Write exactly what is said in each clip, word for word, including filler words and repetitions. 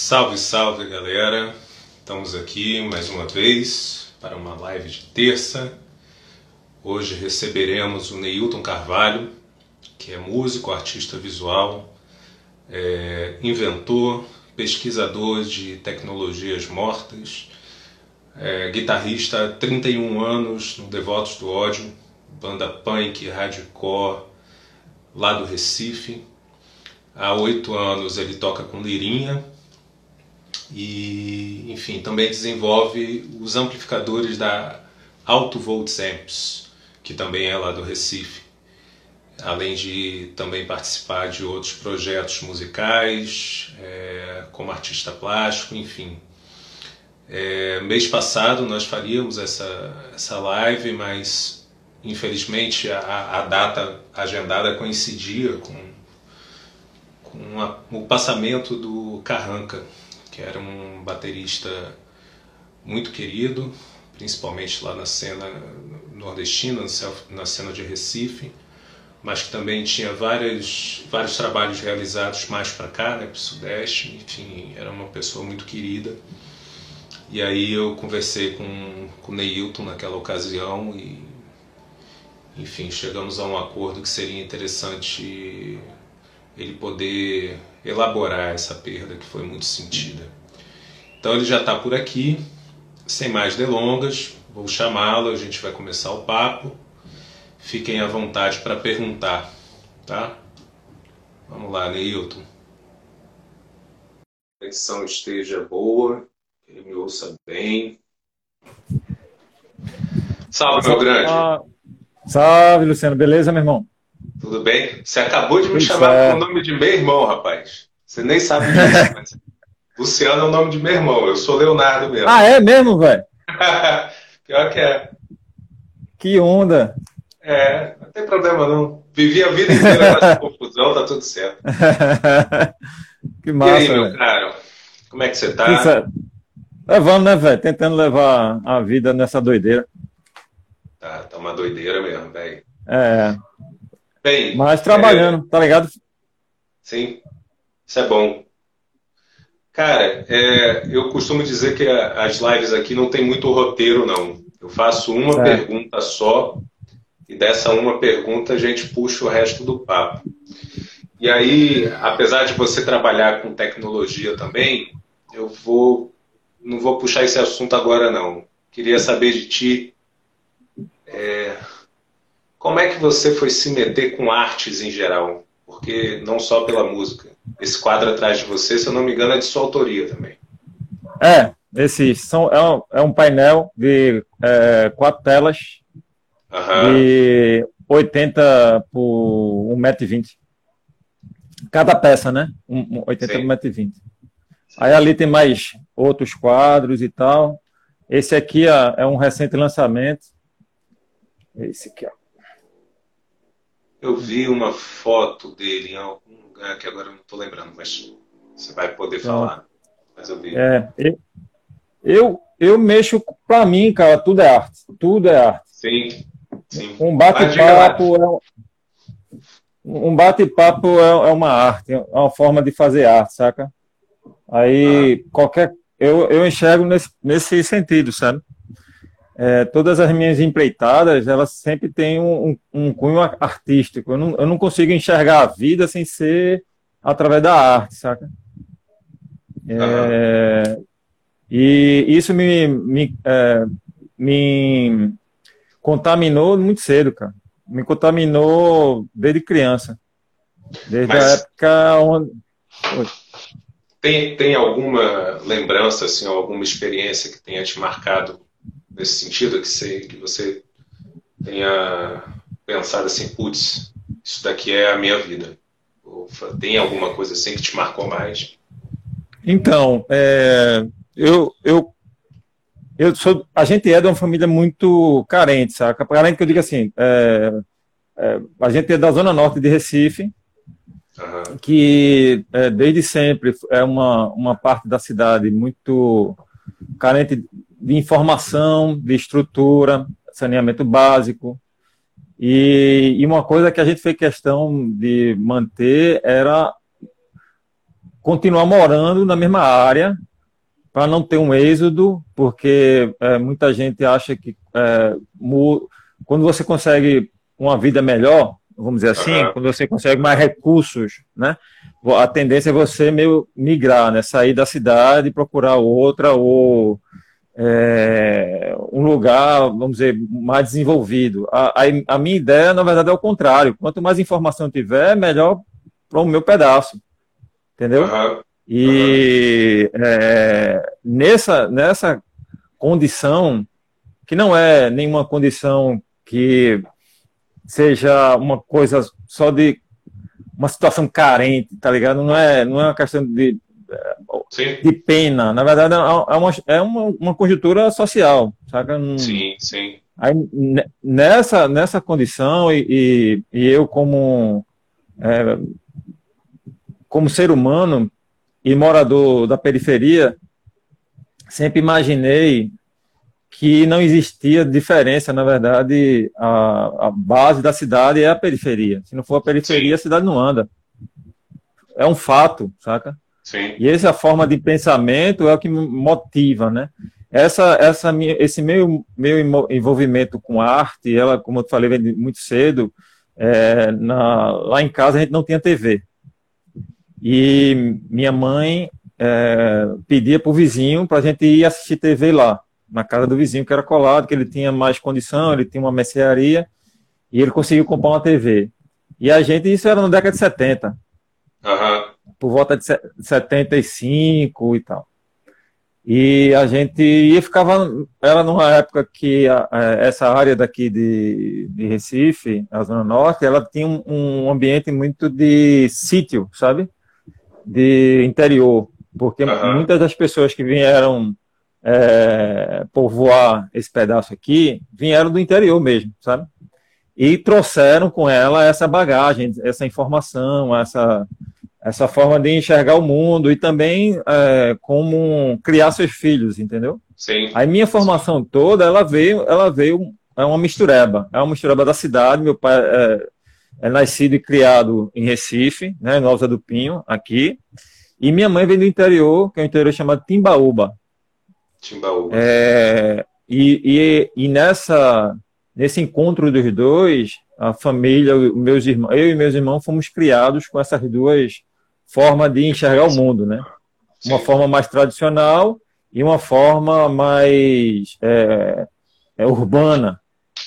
Salve, salve, galera! Estamos aqui mais uma vez para uma live de terça. Hoje receberemos o Neilton Carvalho, que é músico, artista visual, é, inventor, pesquisador de tecnologias mortas, é, guitarrista há trinta e um anos no Devotos do Ódio, banda punk, hardcore, lá do Recife. Há oito anos ele toca com lirinha e, enfim, também desenvolve os amplificadores da Alto Volts Amps, que também é lá do Recife, além de também participar de outros projetos musicais, é, como artista plástico, enfim. É, mês passado nós faríamos essa, essa live, mas infelizmente a, a data agendada coincidia com, com a, o passamento do Carranca, que era um baterista muito querido, principalmente lá na cena nordestina, na cena de Recife, mas que também tinha vários, vários trabalhos realizados mais para cá, né, para o Sudeste. Enfim, era uma pessoa muito querida. E aí eu conversei com, com o Neilton naquela ocasião e, enfim, chegamos a um acordo que seria interessante ele poder elaborar essa perda que foi muito sentida. Então ele já está por aqui, sem mais delongas, vou chamá-lo, a gente vai começar o papo. Fiquem à vontade para perguntar, tá? Vamos lá, Neilton. A conexão esteja boa, que ele me ouça bem. Salve, meu grande. Salve, Luciano. Beleza, meu irmão? Tudo bem? Você acabou de me Tudo chamar certo. com o nome de meu irmão, rapaz. Você nem sabe disso, mas Luciano é o nome de meu irmão. Eu sou Leonardo mesmo. Ah, é mesmo, velho? Pior que é. Que onda. É, não tem problema não. Vivi a vida inteira nessa confusão, tá tudo certo. Que E massa, aí, meu velho. caro? Como é que você Tudo tá? certo. Levando, né, velho? Tentando levar a vida nessa doideira. Tá, tá uma doideira mesmo, velho. É, Bem, mas é, trabalhando, tá ligado? sim, isso é bom. Cara, é, eu costumo dizer que a- as lives aqui não tem muito roteiro, não. Eu faço uma Certo. pergunta só e dessa uma pergunta a gente puxa o resto do papo. E aí, apesar de você trabalhar com tecnologia também, eu vou, não vou puxar esse assunto agora, não. Queria saber de ti, como é que você foi se meter com artes em geral? Porque não só pela música. Esse quadro atrás de você, se eu não me engano, é de sua autoria também. É, esse são, é, um, é um painel de é, quatro telas Aham, de oitenta por um metro e vinte. Cada peça, né? Um, um, oitenta por sim, um metro e vinte. Aí sim. ali tem mais outros quadros e tal. Esse aqui ó, é um recente lançamento. Esse aqui, ó. Eu vi uma foto dele em algum lugar que agora eu não estou lembrando, mas você vai poder Pronto. falar. Mas eu vi. É, eu, eu, eu mexo, pra mim, cara, tudo é arte. Tudo é arte. Sim, sim. Um Mas diga lá. bate-papo é, um um bate-papo é, é uma arte, é uma forma de fazer arte, saca? Ah, Aí, qualquer. Eu, eu enxergo nesse, nesse sentido, sabe? É, todas as minhas empreitadas, elas sempre têm um, um, um cunho artístico. Eu não, eu não consigo enxergar a vida sem ser através da arte, saca? aham. É, e isso me, me, é, me contaminou muito cedo, cara. Me contaminou desde criança. Desde a Mas época onde. Oi. tem, tem alguma lembrança, assim, ou alguma experiência que tenha te marcado nesse sentido, que você, que você tenha pensado assim, putz, isso daqui é a minha vida? Ou fa- tem alguma coisa assim que te marcou mais? Então, é, eu, eu, eu sou. A gente é de uma família muito carente, saca? Carente que eu digo assim, é, a gente é da Zona Norte de Recife, Aham, que é, desde sempre é uma, uma parte da cidade muito carente de informação, de estrutura, saneamento básico. E, e uma coisa que a gente fez questão de manter era continuar morando na mesma área para não ter um êxodo, porque é, muita gente acha que é, mu- quando você consegue uma vida melhor, vamos dizer assim, Aham. quando você consegue mais recursos, né, a tendência é você meio migrar, né, sair da cidade e procurar outra ou é, um lugar, vamos dizer, mais desenvolvido. A, a, a minha ideia, na verdade, é o contrário. Quanto mais informação eu tiver, melhor para o meu pedaço, entendeu? Aham. Aham. E é, nessa, nessa condição, que não é nenhuma condição que seja uma coisa só de uma situação carente, tá ligado? Não é, não é uma questão de, Sim, de pena. Na verdade, é uma, é uma, uma conjuntura social, saca? Não- sim, sim. Aí, ne- nessa, nessa condição, e, e, e eu, como, é, como ser humano e morador da periferia, sempre imaginei que não existia diferença, na verdade, a, a base da cidade é a periferia. Se não for a periferia, Sim, a cidade não anda. É um fato, saca? sim. E essa forma de pensamento é o que me motiva, né? Essa, essa, minha- esse meu, meu imo- envolvimento com arte, ela, como eu falei, vem de muito cedo, é, na- lá em casa a gente não tinha T V. E minha mãe é, pedia para o vizinho para a gente ir assistir T V lá, na casa do vizinho que era colado, que ele tinha mais condição, ele tinha uma mercearia, e ele conseguiu comprar uma T V. E a gente, isso era na década de setenta, Aham. por volta de se- setenta e cinco e tal. E a gente ia ficava, era numa época que a- a- essa área daqui de, de Recife, a Zona Norte, ela tinha um, um ambiente muito de sítio, sabe? De interior, porque Aham. muitas das pessoas que vieram é, povoar esse pedaço aqui vieram do interior mesmo, sabe? E trouxeram com ela essa bagagem, essa informação, essa, essa forma de enxergar o mundo e também é, como criar seus filhos, entendeu? Sim, Aí minha sim. formação toda, ela veio, ela veio, é uma mistureba, é uma mistureba da cidade. Meu pai é, é nascido e criado em Recife, né, no Alta do Pinho, aqui, e minha mãe vem do interior, que é um interior chamado Timbaúba. Timbaúba. É, e, e, e nessa, nesse encontro dos dois, a família, meus irmãos, eu e meus irmãos fomos criados com essas duas formas de enxergar o mundo, né? Uma Sim. forma mais tradicional e uma forma mais é, é, urbana.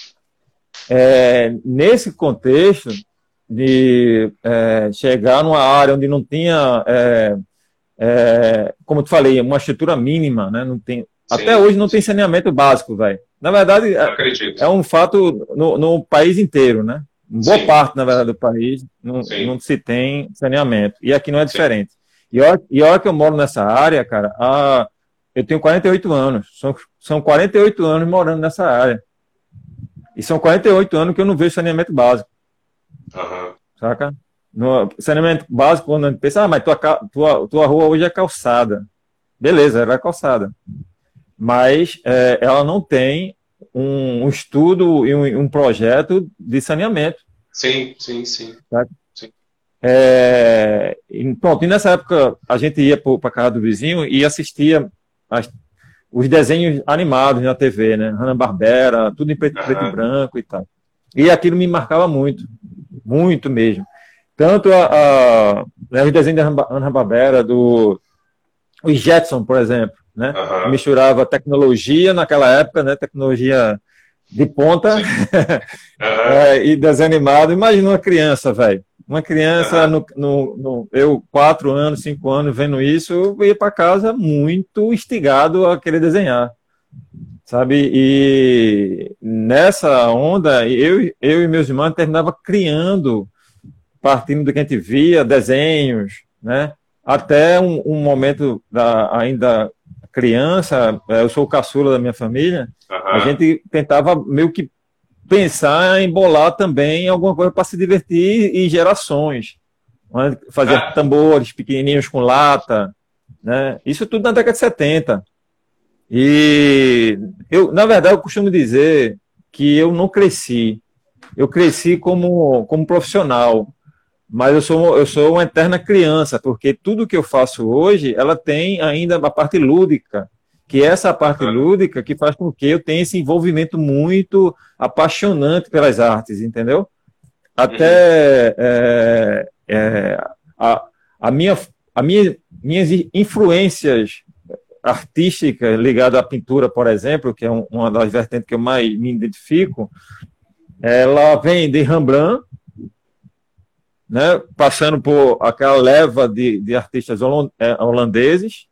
É, nesse contexto de é, chegar numa área onde não tinha é, é, como eu te falei, uma estrutura mínima, né? Não tem, até Sim, hoje não tem sim. saneamento básico, velho. Na verdade, é, Acredito. é um fato no, no país inteiro, né? Boa Sim, parte, na verdade, do país não, não sim, se tem saneamento. E aqui não é sim. diferente. E a hora, e a hora que eu moro nessa área, cara, a, eu tenho quarenta e oito anos. São, são quarenta e oito anos morando nessa área. E são quarenta e oito anos que eu não vejo saneamento básico, Aham. saca? No saneamento básico, quando a gente pensa, ah, mas tua, ca- tua, tua rua hoje é calçada. Beleza, ela é calçada. Mas é, ela não tem um, um estudo e um, um projeto de saneamento. Sim, sim, sim. Tá? Sim. É, e, pronto, e nessa época a gente ia para a casa do vizinho e assistia as- os desenhos animados na T V, né? Hanna-Barbera, tudo em preto, preto e Aham. branco e tal. E aquilo me marcava muito, muito mesmo. Tanto a, a, né, os desenhos da Hanna-Barbera, do os Jetson, por exemplo, né? Que Aham. misturava tecnologia naquela época, né? Tecnologia de ponta Sim. Aham. é, e desenho animado. Imagina uma criança, velho. Uma criança, Aham. no, no, no- eu, quatro anos, cinco anos, vendo isso, eu ia para casa muito instigado a querer desenhar, sabe? E nessa onda, eu, eu e meus irmãos terminava criando, partindo do que a gente via, desenhos, né? Até um, um momento da, ainda criança, eh, eu sou o caçula da minha família, a Aham. gente tentava meio que pensar em bolar também alguma coisa para se divertir em gerações. Né? Fazia Ah, tambores pequenininhos com lata, né? Isso tudo na década de setenta. E eu, na verdade, eu costumo dizer que eu não cresci. Eu cresci como, como profissional. mas eu sou, eu sou uma eterna criança, porque tudo que eu faço hoje, ela tem ainda a parte lúdica, que é essa parte Aham. lúdica que faz com que eu tenha esse envolvimento muito apaixonante pelas artes, entendeu? Uhum. Até é, é, a, a minha, a minha, minhas influências artísticas ligadas à pintura, por exemplo, que é um, uma das vertentes que eu mais me identifico, ela vem de Rembrandt, né, passando por aquela leva de, de artistas holandeses,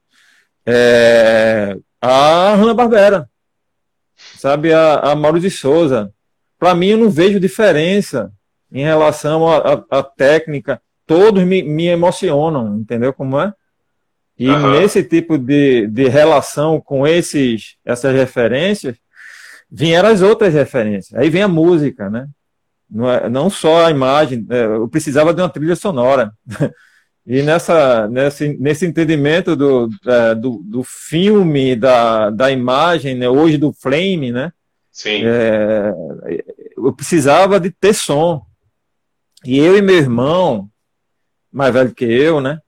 é, a Hanna-Barbera, sabe, a, a Mauro de Souza. Para mim, eu não vejo diferença em relação à técnica. Todos me, me emocionam, entendeu como é? E Aham. nesse tipo de, de relação com esses, essas referências, vieram as outras referências. Aí vem a música, né? Não, é, não só a imagem, é, eu precisava de uma trilha sonora. E nessa, nesse, nesse entendimento do, é, do, do filme, da, da imagem, né? Hoje do frame, né? Sim. É, eu precisava de ter som. E eu e meu irmão, mais velho que eu, né?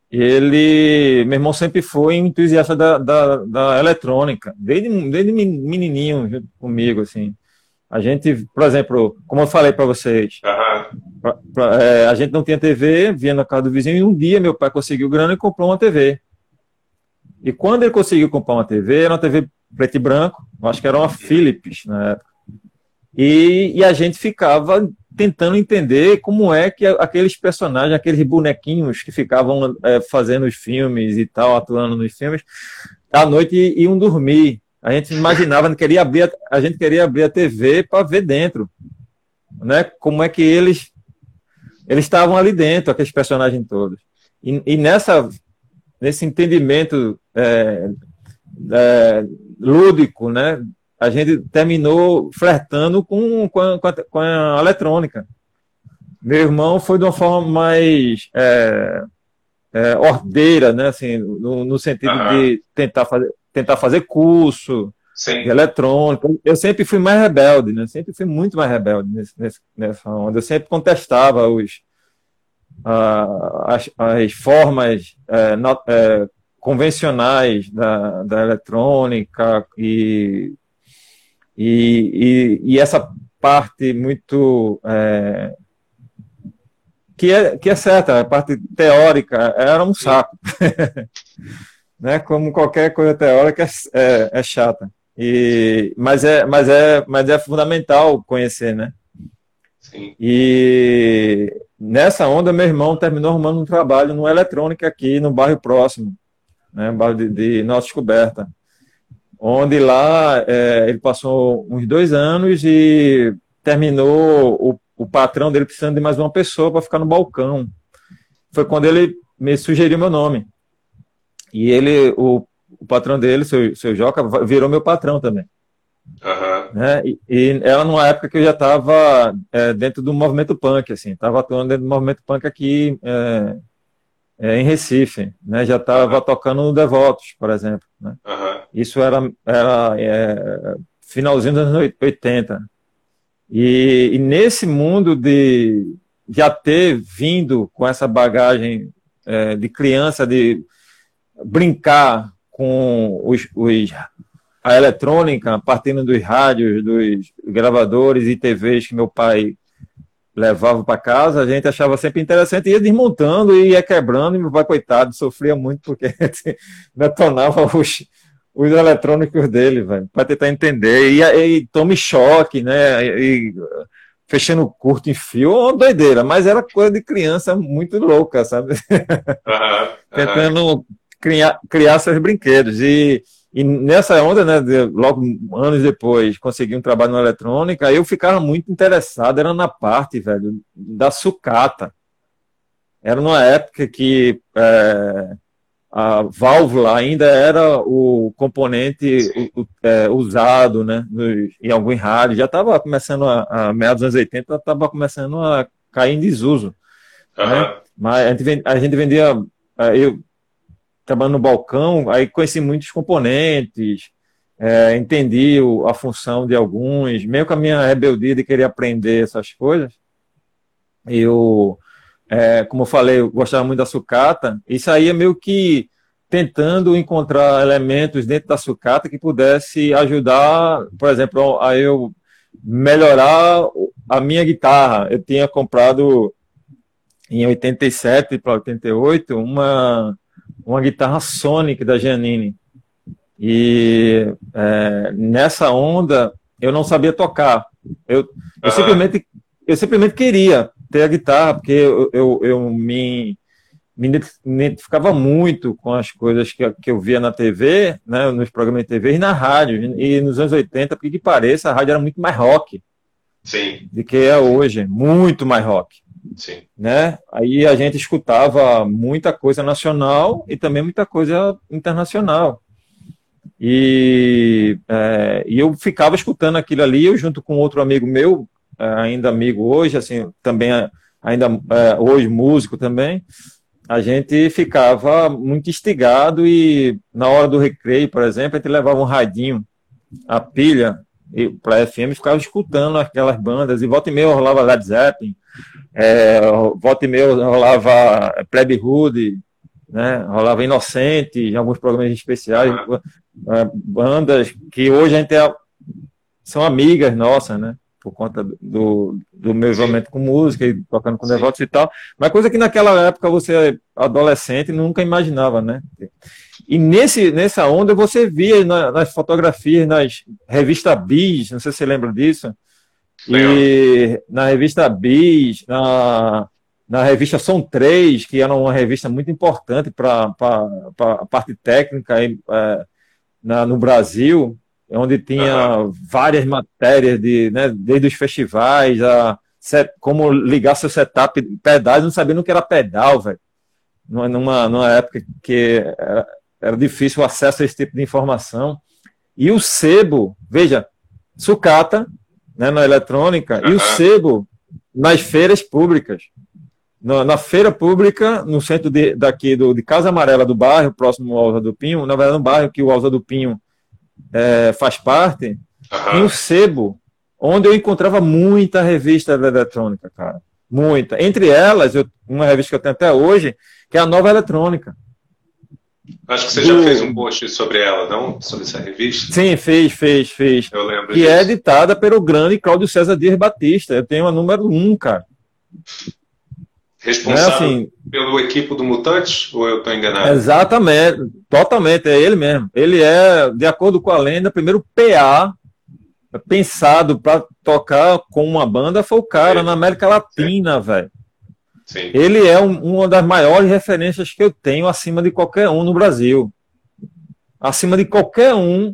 Ele, meu irmão sempre foi um entusiasta da, da, da eletrônica, desde, desde menininho junto comigo, assim. A gente, por exemplo, como eu falei para vocês, Aham. pra, pra, é, a gente não tinha T V, via na casa do vizinho, e um dia meu pai conseguiu grana e comprou uma T V. E quando ele conseguiu comprar uma T V, era uma T V preto e branco, eu acho que era uma Philips, né? E, e a gente ficava tentando entender como é que aqueles personagens, aqueles bonequinhos que ficavam é, fazendo os filmes e tal, atuando nos filmes, à noite iam dormir. A gente imaginava, queria abrir a, a gente queria abrir a T V para ver dentro, né? Como é que eles eles estavam ali dentro, aqueles personagens todos. E, e nessa nesse entendimento é, é, lúdico, né? A gente terminou flertando com, com, a, com a eletrônica. Meu irmão foi de uma forma mais é, é, ordeira, né? Assim, no, no sentido Aham. de tentar fazer, tentar fazer curso de Sim. eletrônica. Eu sempre fui mais rebelde, né? Sempre fui muito mais rebelde nesse, nesse, nessa onda. Eu sempre contestava os, a, as, as formas é, not, é, convencionais da, da eletrônica e E, e, e essa parte muito é, que é que é certa, a parte teórica era um Sim. saco, né? Como qualquer coisa teórica é, é, é chata. E mas é mas é mas é fundamental conhecer, né? Sim. E nessa onda meu irmão terminou arrumando um trabalho no eletrônica aqui no bairro próximo, né? Bairro de, de Nova Descoberta, onde lá é, ele passou uns dois anos e terminou o, o patrão dele precisando de mais uma pessoa para ficar no balcão. Foi quando ele me sugeriu meu nome. E ele, o, o patrão dele, seu, seu Joca, virou meu patrão também. Aham. Né? E, e era numa época que eu já estava é, dentro do movimento punk, assim, estava atuando dentro do movimento punk aqui é, é, em Recife, né? Já estava Aham. tocando no Devotos, por exemplo, né? Aham. Isso era, era é, finalzinho dos anos oitenta. E, e nesse mundo de já ter vindo com essa bagagem é, de criança, de brincar com os, os, a eletrônica, partindo dos rádios, dos gravadores e T Vs que meu pai levava para casa, a gente achava sempre interessante, ia desmontando e ia quebrando, e meu pai, coitado, sofria muito porque detonava os, os eletrônicos dele, velho, para tentar entender. E, e tome choque, né? E, e fechando curto em fio, uma doideira, mas era coisa de criança muito louca, sabe? Aham. Aham. Tentando criar, criar seus brinquedos. E, e nessa onda, né, de, logo anos depois, consegui um trabalho na eletrônica, aí eu ficava muito interessado, era na parte, velho, da sucata. Era numa época que é, a válvula ainda era o componente Sim. o, o, é, usado, né, nos, em algum rádio. Já estava começando, a, a meados dos anos oitenta, estava começando a cair em desuso, né? Aham. Mas a gente, a gente vendia, eu trabalhando no balcão, aí conheci muitos componentes, é, entendi o, a função de alguns, meio com a minha rebeldia de querer aprender essas coisas, eu é, como eu falei, eu gostava muito da sucata. Isso aí é meio que tentando encontrar elementos dentro da sucata que pudesse ajudar, por exemplo, a eu melhorar a minha guitarra. Eu tinha comprado em oitenta e sete para oitenta e oito uma, uma guitarra Sonic da Giannini. E é, nessa onda eu não sabia tocar. Eu, eu, simplesmente, eu simplesmente queria ter a guitarra, porque eu, eu, eu me, me identificava muito com as coisas que, que eu via na T V, né, nos programas de T V e na rádio. E nos anos oitenta, porque que pareça, a rádio era muito mais rock. Sim. Do que é hoje, muito mais rock. Sim. Né? Aí a gente escutava muita coisa nacional e também muita coisa internacional. E, é, e eu ficava escutando aquilo ali, eu junto com outro amigo meu, é, ainda amigo hoje, assim, também ainda é, hoje músico também, a gente ficava muito instigado e na hora do recreio, por exemplo, a gente levava um radinho, a pilha, para F M, ficava escutando aquelas bandas, e volta e meia rolava Led Zeppelin, é, volta e meia rolava Plebe Hood, né, rolava Inocente, em alguns programas especiais, é, bandas que hoje a gente é, são amigas nossas, né, por conta do, do meu envolvimento com música e tocando com Devotos e tal, mas coisa que naquela época você, adolescente, nunca imaginava, né? E nesse, nessa onda você via na, nas fotografias, nas revistas Bis, não sei se você lembra disso, e na revista Bis, na, na revista Som três, que era uma revista muito importante para a parte técnica aí, é, na, no Brasil, onde tinha uhum. várias matérias, de, né, desde os festivais, a set, como ligar seu setup, pedais, não sabia o que era pedal, velho. Numa, numa época que era, era difícil o acesso a esse tipo de informação. E o sebo, veja, sucata, né, na eletrônica, uhum. e o sebo nas feiras públicas. Na, na feira pública, no centro de, daqui do, de Casa Amarela do bairro, próximo ao Alza do Pinho, na verdade, no bairro que o Alza do Pinho é, faz parte, uhum. tem o sebo, onde eu encontrava muita revista de eletrônica, cara. Muita. Entre elas, eu, uma revista que eu tenho até hoje, que é a Nova Eletrônica. Acho que você do... já fez um post sobre ela, não? Sobre essa revista? Sim, fez, fez, fez. Eu lembro que disso. é editada pelo grande Cláudio César Dias Batista. Eu tenho a número um, cara. Responsável é assim... pelo equipo do Mutantes? Ou eu estou enganado? Exatamente, totalmente, é ele mesmo. Ele é, de acordo com a lenda, primeiro P A pensado para tocar com uma banda foi o cara, sim, na América Latina, velho. Ele é um, uma das maiores referências que eu tenho acima de qualquer um no Brasil. Acima de qualquer um,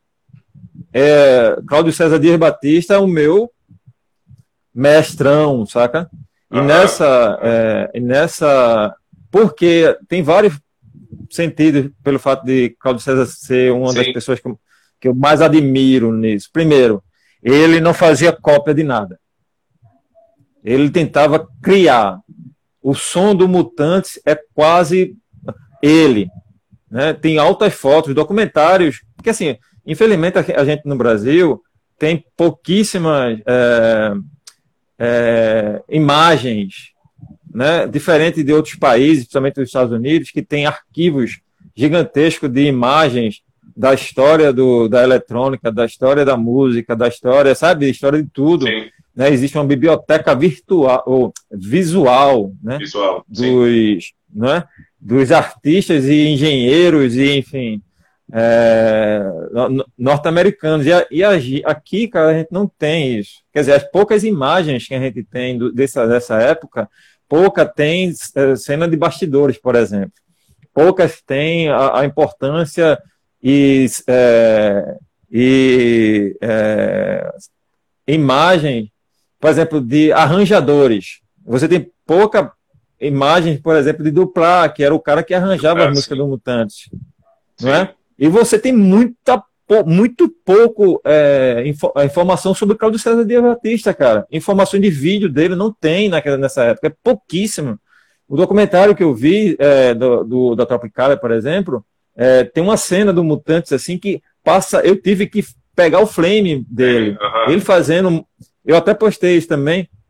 é, Cláudio César Dias Batista é o meu mestrão, saca? E uhum. nessa, é, e nessa... Porque tem vários sentidos pelo fato de Cláudio César ser uma Sim. das pessoas que eu, que eu mais admiro nisso. Primeiro, ele não fazia cópia de nada. Ele tentava criar. O som do Mutantes é quase ele. Né? Tem altas fotos, documentários. Porque, assim, infelizmente, a gente no Brasil tem pouquíssimas é, é, imagens, né? Diferente de outros países, principalmente dos Estados Unidos, que tem arquivos gigantescos de imagens da história do, da eletrônica, da história da música, da história, sabe? Da história de tudo. Sim. Né? Existe uma biblioteca virtual, ou visual, né? Visual, dos, né? dos artistas e engenheiros e, enfim, é, norte-americanos. E, a, e a, aqui, cara, a gente não tem isso. Quer dizer, as poucas imagens que a gente tem do, dessa, dessa época, pouca tem é, cena de bastidores, por exemplo. Poucas têm a, a importância e, é, e é, imagem, por exemplo, de arranjadores. Você tem pouca imagem, por exemplo, de Dupla, que era o cara que arranjava Dupla, as músicas do Mutantes. Não é? E você tem muita, muito pouco é, info, informação sobre o Cláudio César Dias Batista, cara. Informações de vídeo dele não tem naquela, nessa época, é pouquíssimo. O documentário que eu vi é, do, do, da Tropicália, por exemplo, é, tem uma cena do Mutantes assim que passa. Eu tive que pegar o flame dele. Uhum. Ele fazendo. Eu até postei isso também.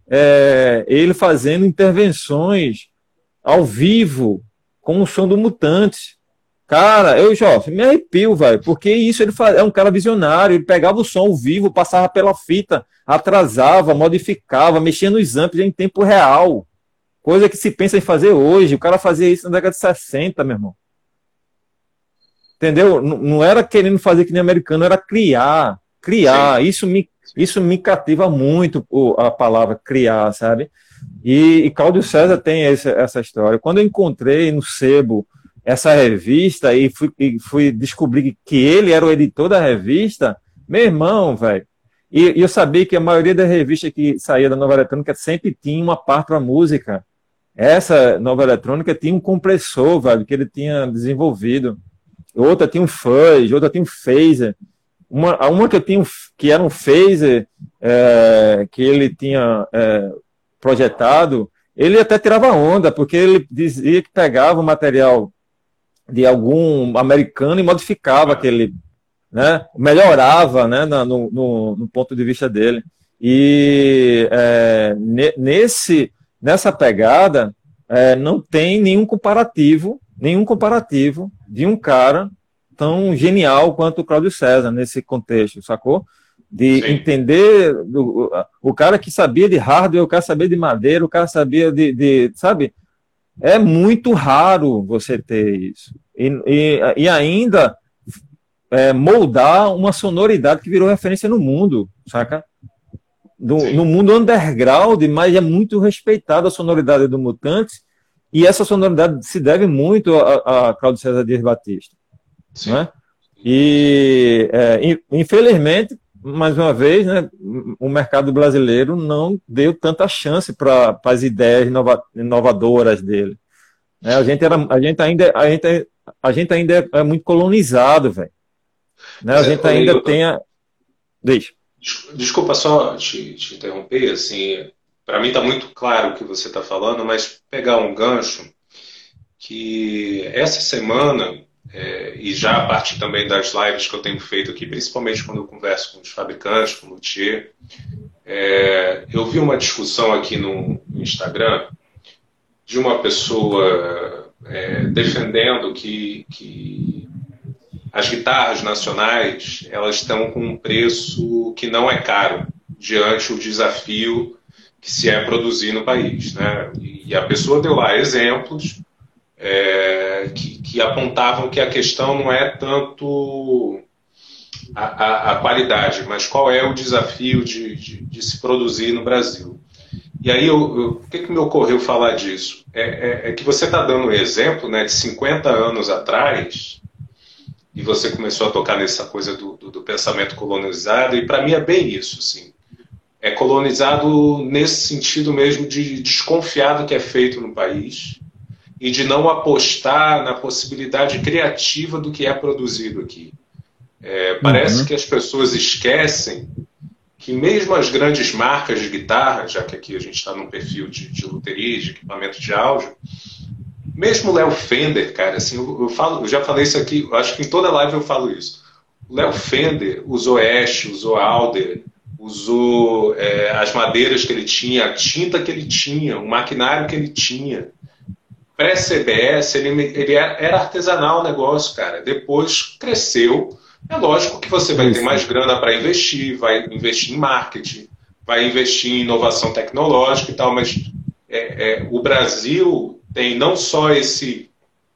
é, ele fazendo intervenções ao vivo com o som do Mutantes. Cara, eu já me arrepio, velho, porque isso ele faz, é um cara visionário, ele pegava o som ao vivo, passava pela fita, atrasava, modificava, mexia nos amplos em tempo real. Coisa que se pensa em fazer hoje. O cara fazia isso na década de sessenta, meu irmão. Entendeu? Não, não era querendo fazer que nem americano, era criar. Criar. Isso me, isso me cativa muito, a palavra criar, sabe? E, e Cláudio César tem esse, essa história. Quando eu encontrei no sebo essa revista e fui, e fui descobrir que ele era o editor da revista, meu irmão, velho. E, e eu sabia que a maioria das revistas que saía da Nova Eletrônica sempre tinha uma parte para música. Essa Nova Eletrônica tinha um compressor, velho, que ele tinha desenvolvido. Outra tinha um fuzz, outra tinha um phaser. Uma, uma que eu tinha, que era um phaser, é, que ele tinha é, projetado, ele até tirava onda, porque ele dizia que pegava o material de algum americano e modificava aquele, né, melhorava, né, no, no, no ponto de vista dele. E é, nesse, nessa pegada, é, não tem nenhum comparativo, nenhum comparativo de um cara tão genial quanto o Cláudio César nesse contexto, sacou? De Sim. entender o, o cara que sabia de hardware, o cara sabia de madeira, o cara sabia de, de sabe? É muito raro você ter isso. E, e, e ainda é, moldar uma sonoridade que virou referência no mundo, saca? Do, no mundo underground, mas é muito respeitada a sonoridade do Mutantes, e essa sonoridade se deve muito a, a Cláudio César Dias Batista. Né? E, é, infelizmente, mais uma vez, né, o mercado brasileiro não deu tanta chance para as ideias inova, inovadoras dele. Né? A, gente era, a, gente ainda, a, gente, a gente ainda é muito colonizado, velho. Né? A gente ainda eu... tem a... Deixa. Desculpa só te, te interromper, assim, para mim está muito claro o que você está falando, mas pegar um gancho que essa semana... É, e já a partir também das lives que eu tenho feito aqui, principalmente quando eu converso com os fabricantes, com o luthier, é, eu vi uma discussão aqui no, no Instagram de uma pessoa é, defendendo que, que as guitarras nacionais elas estão com um preço que não é caro diante do desafio que se é produzir no país, né? E, e a pessoa deu lá exemplos É, que, que apontavam que a questão não é tanto a, a, a qualidade, mas qual é o desafio de, de, de se produzir no Brasil. E aí, eu, eu, o que, que me ocorreu falar disso? É, é, é que você está dando um exemplo, né, de cinquenta anos atrás, e você começou a tocar nessa coisa do, do, do pensamento colonizado, e para mim é bem isso, assim. É colonizado nesse sentido mesmo de desconfiar do que é feito no país, e de não apostar na possibilidade criativa do que é produzido aqui. É, parece uhum. que as pessoas esquecem que mesmo as grandes marcas de guitarra, já que aqui a gente está num perfil de, de luteria, de equipamento de áudio, mesmo o Léo Fender, cara, assim, eu, eu, falo, eu já falei isso aqui, eu acho que em toda live eu falo isso. O Léo Fender usou Ash, usou Alder, usou é, as madeiras que ele tinha, a tinta que ele tinha, o maquinário que ele tinha. Pré-C B S, ele, ele era artesanal o negócio, cara. Depois cresceu. É lógico que você vai ter mais grana para investir, vai investir em marketing, vai investir em inovação tecnológica e tal, mas é, é, o Brasil tem não só esse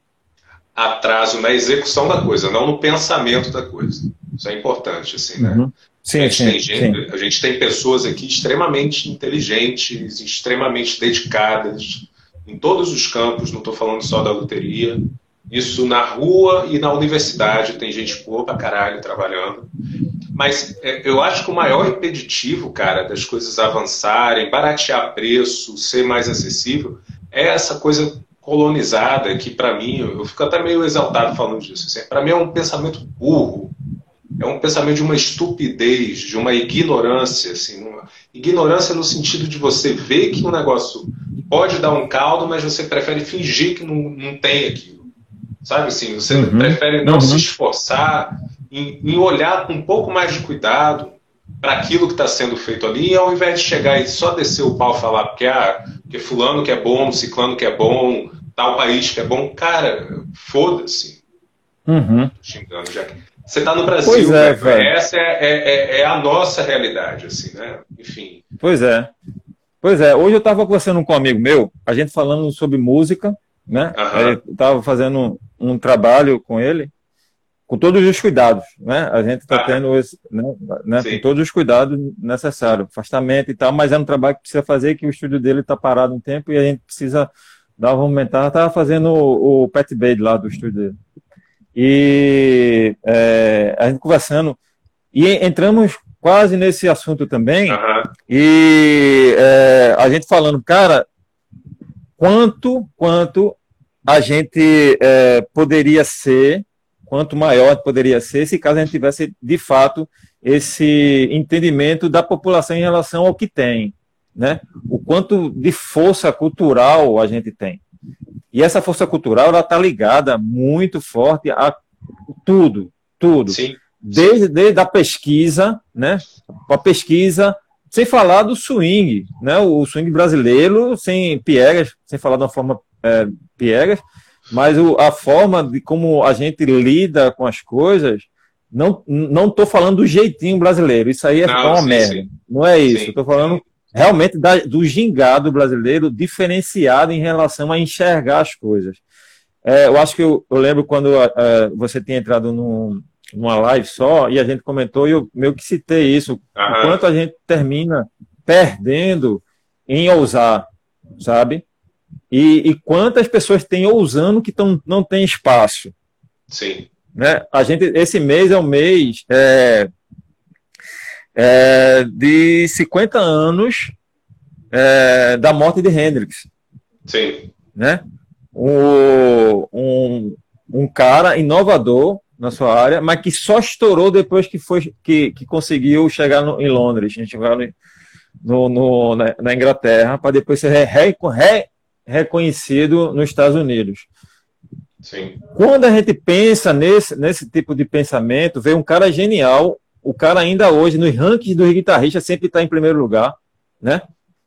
atraso na execução da coisa, não no pensamento da coisa. Isso é importante, assim, né? Uhum. Sim, a, gente sim, tem gente, sim. a gente tem pessoas aqui extremamente inteligentes, extremamente dedicadas, em todos os campos, não estou falando só da luteria. Isso na rua e na universidade, tem gente boa pra caralho trabalhando. Mas é, eu acho que o maior impeditivo, cara, das coisas avançarem, baratear preço, ser mais acessível, é essa coisa colonizada que, para mim, eu fico até meio exaltado falando disso. Assim, para mim é um pensamento burro, é um pensamento de uma estupidez, de uma ignorância. Assim, uma... Ignorância no sentido de você ver que um negócio pode dar um caldo, mas você prefere fingir que não, não tem aquilo. Sabe assim, você uhum. prefere não uhum. se esforçar em, em olhar com um pouco mais de cuidado para aquilo que está sendo feito ali, ao invés de chegar e só descer o pau e falar porque, ah, porque fulano que é bom, ciclano que é bom, tal país que é bom, cara, foda-se. Uhum. Xingando já. Você está no Brasil, pois é, né? velho. Essa é, é, é a nossa realidade, assim, né? Enfim. Pois é. Pois é, hoje eu estava conversando com um amigo meu, a gente falando sobre música, né? Uhum. Eu estava fazendo um, um trabalho com ele, com todos os cuidados, né? A gente está Ah, tendo esse, né, né, com sim. todos os cuidados necessários, afastamento e tal, mas é um trabalho que precisa fazer, que o estúdio dele está parado um tempo e a gente precisa dar uma aumentada. Estava fazendo o, o Pet Bade lá do estúdio dele. E é, a gente conversando, e entramos quase nesse assunto também, Uhum. e é, a gente falando, cara, quanto, quanto a gente é, poderia ser, quanto maior poderia ser, se caso a gente tivesse, de fato, esse entendimento da população em relação ao que tem, né? O quanto de força cultural a gente tem. E essa força cultural, ela está ligada muito forte a tudo, tudo. Sim. Desde, desde a pesquisa, né? A pesquisa, sem falar do swing, né? O swing brasileiro, sem piegas, sem falar de uma forma é, piegas, mas o, a forma de como a gente lida com as coisas, não não estou falando do jeitinho brasileiro, isso aí é Não, uma sim, merda, sim. não é isso, Sim. estou falando realmente da, do gingado brasileiro diferenciado em relação a enxergar as coisas. É, eu acho que eu, eu lembro quando uh, você tinha entrado num, numa live só e a gente comentou e eu meio que citei isso, Uhum. o quanto a gente termina perdendo em ousar, sabe? E, e quantas pessoas têm ousando que tão, não tem espaço. Sim. Né? A gente, esse mês é o mês é, é, de cinquenta anos é, da morte de Hendrix. Sim. Né? O, um, um cara inovador na sua área, mas que só estourou depois que, foi, que, que conseguiu chegar no, em Londres, chegar no, no, na, na Inglaterra, para depois ser re, re, reconhecido nos Estados Unidos. Sim. Quando a gente pensa nesse, nesse tipo de pensamento, vem um cara genial, o cara ainda hoje, nos rankings dos guitarristas, sempre está em primeiro lugar, né?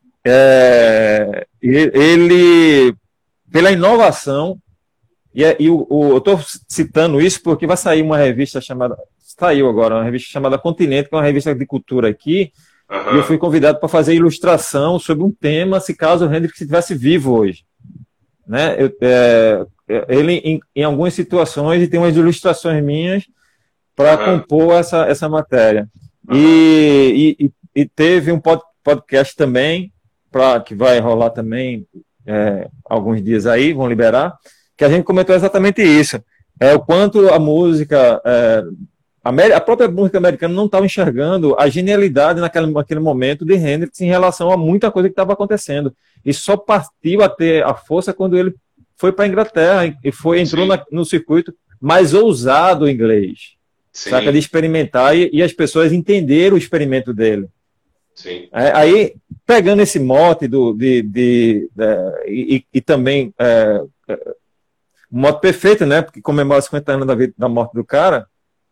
É, ele, pela inovação, e, e o, o, eu estou citando isso porque vai sair uma revista chamada, saiu agora, uma revista chamada Continente, que é uma revista de cultura aqui, Uhum. e eu fui convidado para fazer ilustração sobre um tema, se caso o Hendrix estivesse vivo hoje. Né? Eu, é, ele, em, em algumas situações, tem umas ilustrações minhas para Uhum. compor essa, essa matéria. Uhum. E, e, e teve um pod, podcast também, pra, que vai rolar também é, alguns dias aí, vão liberar, que a gente comentou exatamente isso. É, o quanto a música, é, a, a própria música americana não estava enxergando a genialidade naquele, naquele momento de Hendrix em relação a muita coisa que estava acontecendo. E só partiu a ter a força quando ele foi para a Inglaterra e foi, entrou na, no circuito mais ousado inglês. Sim. Saca? De experimentar e, e as pessoas entenderam o experimento dele. Sim. É, aí, pegando esse mote do, de, de, de, e, e também é, um mote perfeito, né? Porque comemora cinquenta anos da, vida, da morte do cara.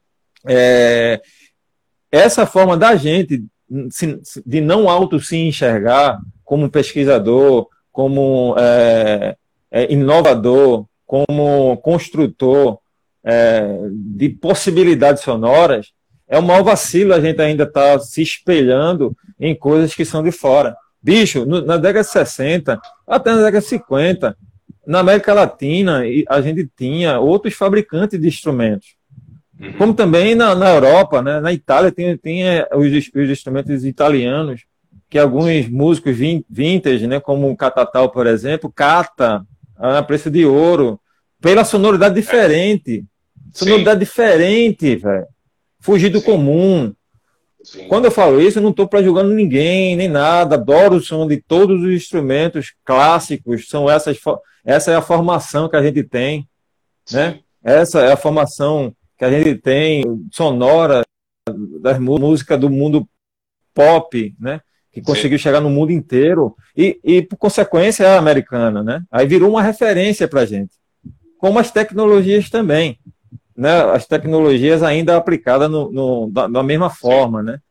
É, essa forma da gente de não auto se enxergar como pesquisador, como é, é, inovador, como construtor é, de possibilidades sonoras, é um mau vacilo a gente ainda estar tá se espelhando em coisas que são de fora. Bicho, no, na década de sessenta, até na década de cinquenta, na América Latina, a gente tinha outros fabricantes de instrumentos. Uhum. Como também na, na Europa, né? Na Itália tem, tem os, os instrumentos italianos, que alguns músicos vintage, né? Como o Catatal, por exemplo, cata a preço de ouro, pela sonoridade diferente. Sonoridade Sim. diferente, velho. Fugir do Sim. comum. Sim. Quando eu falo isso, eu não estou para julgando ninguém, nem nada. Adoro o som de todos os instrumentos clássicos. São essas, essa é a formação que a gente tem, Sim. né? Essa é a formação que a gente tem sonora das músicas do mundo pop, né? Que conseguiu Sim. chegar no mundo inteiro e, e, por consequência, é americana, né? Aí virou uma referência para a gente. Como as tecnologias também, né? As tecnologias ainda aplicadas no, no, da, da mesma forma, né?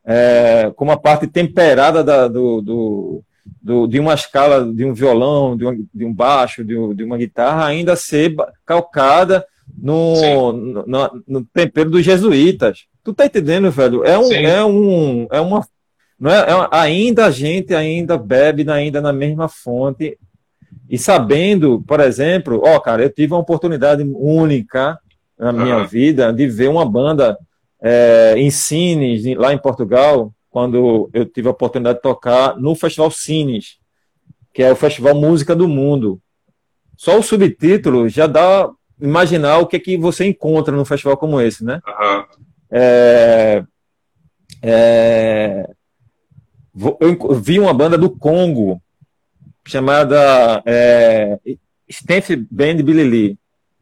é, com uma parte temperada da, do, do, do, de uma escala, de um violão, de, uma, de um baixo, de, um, de uma guitarra, ainda ser calcada no, no, no, no tempero dos jesuítas. Tu tá entendendo, velho? É um, é um, é uma, não é, é uma, ainda a gente ainda bebe ainda na mesma fonte e sabendo, por exemplo, ó, cara, eu tive uma oportunidade única na minha uhum. vida de ver uma banda é, em Sines, lá em Portugal, quando eu tive a oportunidade de tocar no Festival Sines, que é o Festival Música do Mundo. Só o subtítulo já dá imaginar o que é que você encontra num festival como esse, né? Uhum. É, é, eu vi uma banda do Congo chamada é, Steph Band Billy Lee.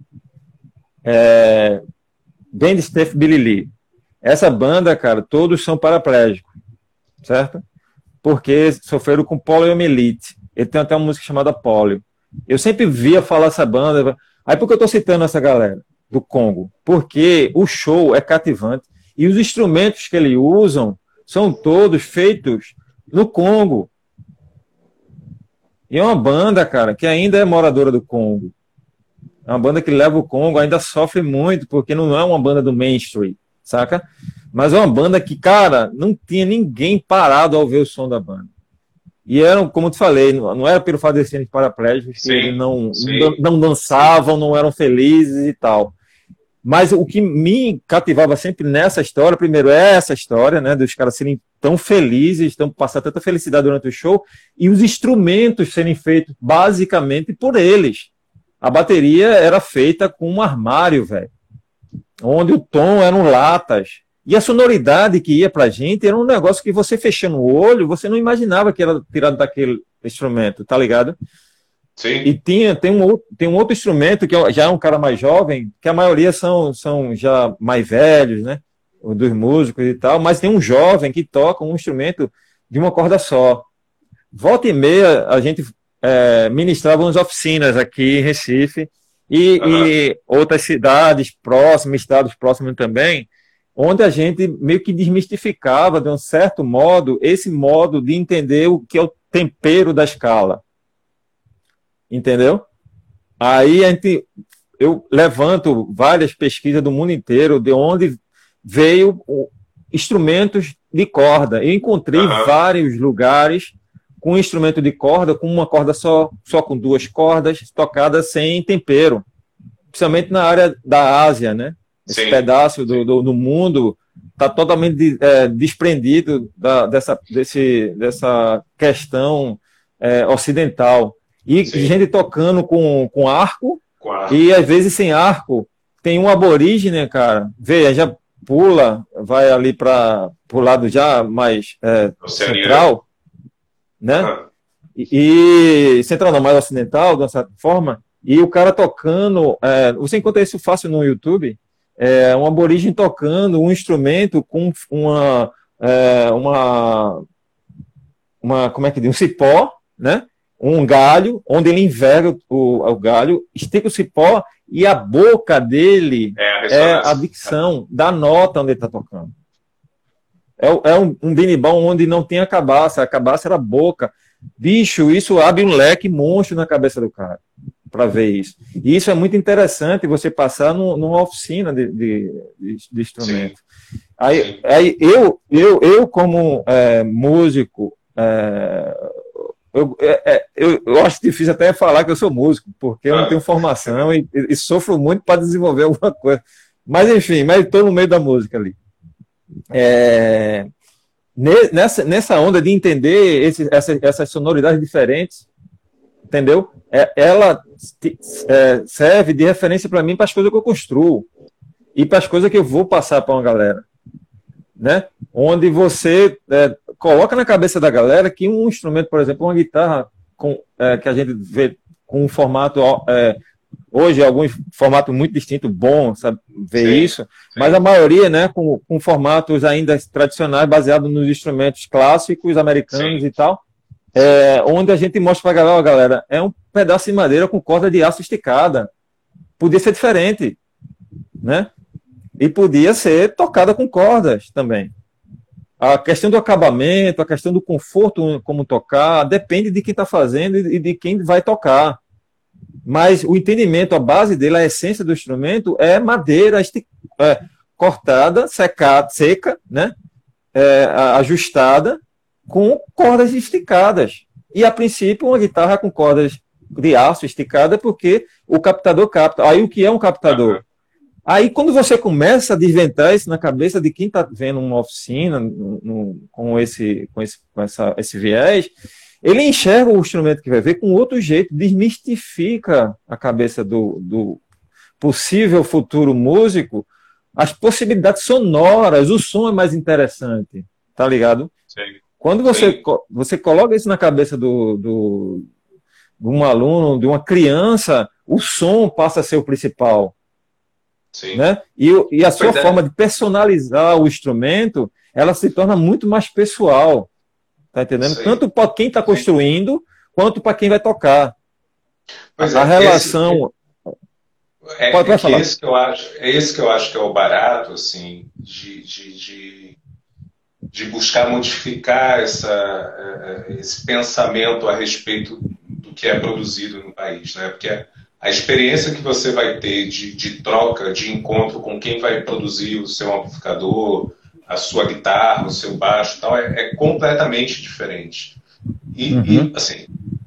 É, Band Steph Billy Lee. Essa banda, cara, todos são paraplégicos, certo? Porque sofreram com poliomielite. Ele tem até uma música chamada Polio. Eu sempre via falar essa banda. Aí por que eu estou citando essa galera do Congo? Porque o show é cativante e os instrumentos que eles usam são todos feitos no Congo. E é uma banda, cara, que ainda é moradora do Congo. É uma banda que leva o Congo, ainda sofre muito, porque não é uma banda do mainstream, saca? Mas é uma banda que, cara, não tinha ninguém parado ao ver o som da banda. E eram, como eu te falei, não era pelo fato de serem paraplégicos, que eles não, não, não dançavam, não eram felizes e tal. Mas o que me cativava sempre nessa história, primeiro é essa história, né, dos caras serem tão felizes, tão passando tanta felicidade durante o show, e os instrumentos serem feitos basicamente por eles. A bateria era feita com um armário, velho, onde o tom eram latas. E a sonoridade que ia pra gente era um negócio que você fechando o olho, você não imaginava que era tirado daquele instrumento, tá ligado? Sim. E tinha, tem, um, tem um outro instrumento que já é um cara mais jovem, que a maioria são, são já mais velhos, né? Dos músicos e tal, mas tem um jovem que toca um instrumento de uma corda só. Volta e meia, a gente é, ministrava umas oficinas aqui em Recife e, uhum. e outras cidades próximas, estados próximos também, onde a gente meio que desmistificava, de um certo modo, esse modo de entender o que é o tempero da escala. Entendeu? Aí a gente, eu levanto várias pesquisas do mundo inteiro, de onde veio instrumentos de corda. Eu encontrei uhum. vários lugares com instrumento de corda, com uma corda só, só com duas cordas, tocada sem tempero. Principalmente na área da Ásia, né? Esse Sim. pedaço do, do, do mundo está totalmente é, desprendido da, dessa, desse, dessa questão é, ocidental. E Sim. gente tocando com, com arco, Quatro. e às vezes sem arco. Tem um aborígene, cara, vê, já pula, vai ali para o lado já mais é, central, né? Ah. E, e central não, mais ocidental, de uma certa forma, e o cara tocando, é, você encontra isso fácil no YouTube, é, um aborígene tocando um instrumento com uma, é, uma, uma, como é que diz, um cipó, né? Um galho, onde ele enverga o, o galho, estica o cipó e a boca dele é a, é a dicção da nota onde ele está tocando. É, é um, um binimbau onde não tem a cabaça, a cabaça era a boca. Bicho, isso abre um leque monstro na cabeça do cara para ver isso. E isso é muito interessante você passar no, numa oficina de, de, de, de instrumento. Aí, aí eu, eu, eu, como é, músico, é, Eu, é, eu, eu acho difícil até falar que eu sou músico, porque eu não tenho formação e, e sofro muito para desenvolver alguma coisa. Mas, enfim, mas estou no meio da música ali. É, nessa, nessa onda de entender esse, essa, essas sonoridades diferentes, entendeu? É, ela é, serve de referência para mim para as coisas que eu construo e para as coisas que eu vou passar para uma galera. Né? Onde você é, coloca na cabeça da galera que um instrumento, por exemplo, uma guitarra com, é, que a gente vê com um formato, é, hoje alguns formatos muito distintos, bom, sabe, ver sim, isso, sim. mas a maioria, né, com, com formatos ainda tradicionais, baseados nos instrumentos clássicos americanos sim. e tal, é, onde a gente mostra para a galera, ó, galera, é um pedaço de madeira com corda de aço esticada, podia ser diferente, né? E podia ser tocada com cordas também. a questão do acabamento, a questão do conforto como tocar, depende de quem está fazendo e de quem vai tocar. Mas o entendimento, a base dele, a essência do instrumento é madeira esti- é, cortada, secada, seca, né? É, ajustada, com cordas esticadas. E, a princípio, uma guitarra com cordas de aço esticada, porque o captador capta. Aí, o que é um captador? Aí, quando você começa a desventar isso na cabeça de quem está vendo uma oficina no, no, com, esse, com, esse, com essa, esse viés, ele enxerga o instrumento que vai ver com outro jeito, desmistifica a cabeça do, do possível futuro músico, as possibilidades sonoras, o som é mais interessante, tá ligado? Sim. Quando você, você coloca isso na cabeça do, do, de um aluno, de uma criança, o som passa a ser o principal. Sim. Né? E, e a sua Pois é. forma de personalizar o instrumento, ela se torna muito mais pessoal. Tá entendendo? Sim. Tanto para quem está construindo, quanto para quem vai tocar. Pois a é, relação... Esse, é, pode, pode é, que falar. esse que eu acho, é esse que eu acho que é o barato, assim, de, de, de, de buscar modificar essa, esse pensamento a respeito do que é produzido no país, né? Porque a experiência que você vai ter de, de troca, de encontro com quem vai produzir o seu amplificador, a sua guitarra, o seu baixo e tal, é, é completamente diferente. E, uhum. e, assim,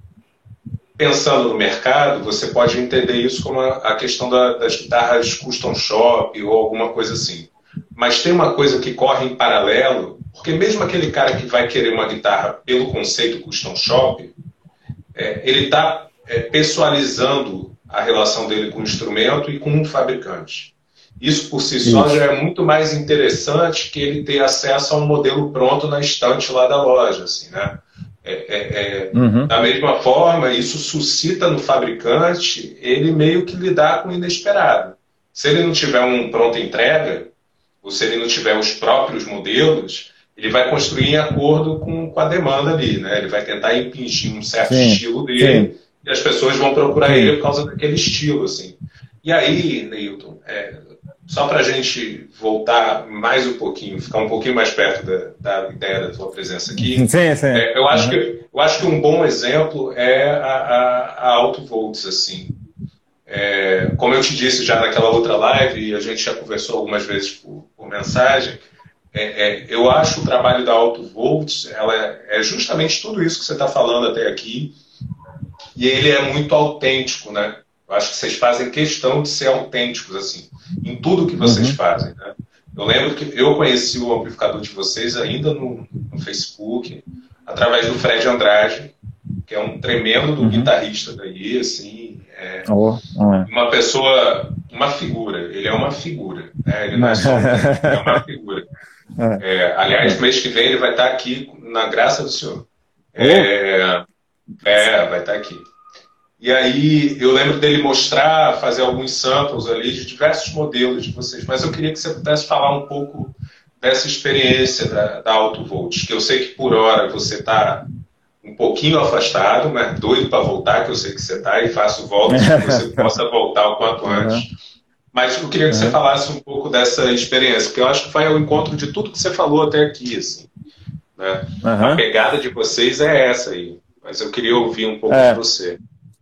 pensando no mercado, você pode entender isso como a, a questão da, das guitarras custom shop ou alguma coisa assim. Mas tem uma coisa que corre em paralelo, porque mesmo aquele cara que vai querer uma guitarra pelo conceito custom shop, é, ele está é, pessoalizando a relação dele com o instrumento e com o fabricante. Isso por si só Isso. já é muito mais interessante que ele ter acesso a um modelo pronto na estante lá da loja, assim, né? É, é, é, uhum. Da mesma forma, isso suscita no fabricante ele meio que lidar com o inesperado. Se ele não tiver um pronta entrega, ou se ele não tiver os próprios modelos, ele vai construir em acordo com, com a demanda ali, né? Ele vai tentar impingir um certo sim, estilo dele sim. e as pessoas vão procurar sim. ele por causa daquele estilo, assim. E aí, Neilton, é, só para a gente voltar mais um pouquinho, ficar um pouquinho mais perto da, da ideia da tua presença aqui, sim, sim. É, eu, acho uhum. que, eu acho que um bom exemplo é a, a, a Alto Volts, assim. É, como eu te disse já naquela outra live, e a gente já conversou algumas vezes por, por mensagem, é, é, eu acho o trabalho da Alto Volts, ela é, é justamente tudo isso que você está falando até aqui, e ele é muito autêntico, né? Eu acho que vocês fazem questão de ser autênticos, assim, em tudo que vocês uhum. fazem, né? Eu lembro que eu conheci o amplificador de vocês ainda no, no Facebook, através do Fred Andrade, que é um tremendo uhum. guitarrista daí, assim, é oh, oh. uma pessoa, uma figura, ele é uma figura, né? Ele não é só um, ele é uma figura. É, aliás, mês que vem ele vai estar aqui na graça do Senhor. É, é vai estar aqui. E aí eu lembro dele mostrar, fazer alguns samples ali de diversos modelos de vocês, mas eu queria que você pudesse falar um pouco dessa experiência da, da Alto Volts, que eu sei que por hora você está um pouquinho afastado, mas doido para voltar, que eu sei que você está, e faço voltas para que você possa voltar o quanto antes. Uhum. Mas eu queria que uhum. você falasse um pouco dessa experiência, porque eu acho que vai ao encontro de tudo que você falou até aqui, assim, né? Uhum. A pegada de vocês é essa aí, mas eu queria ouvir um pouco é. de você.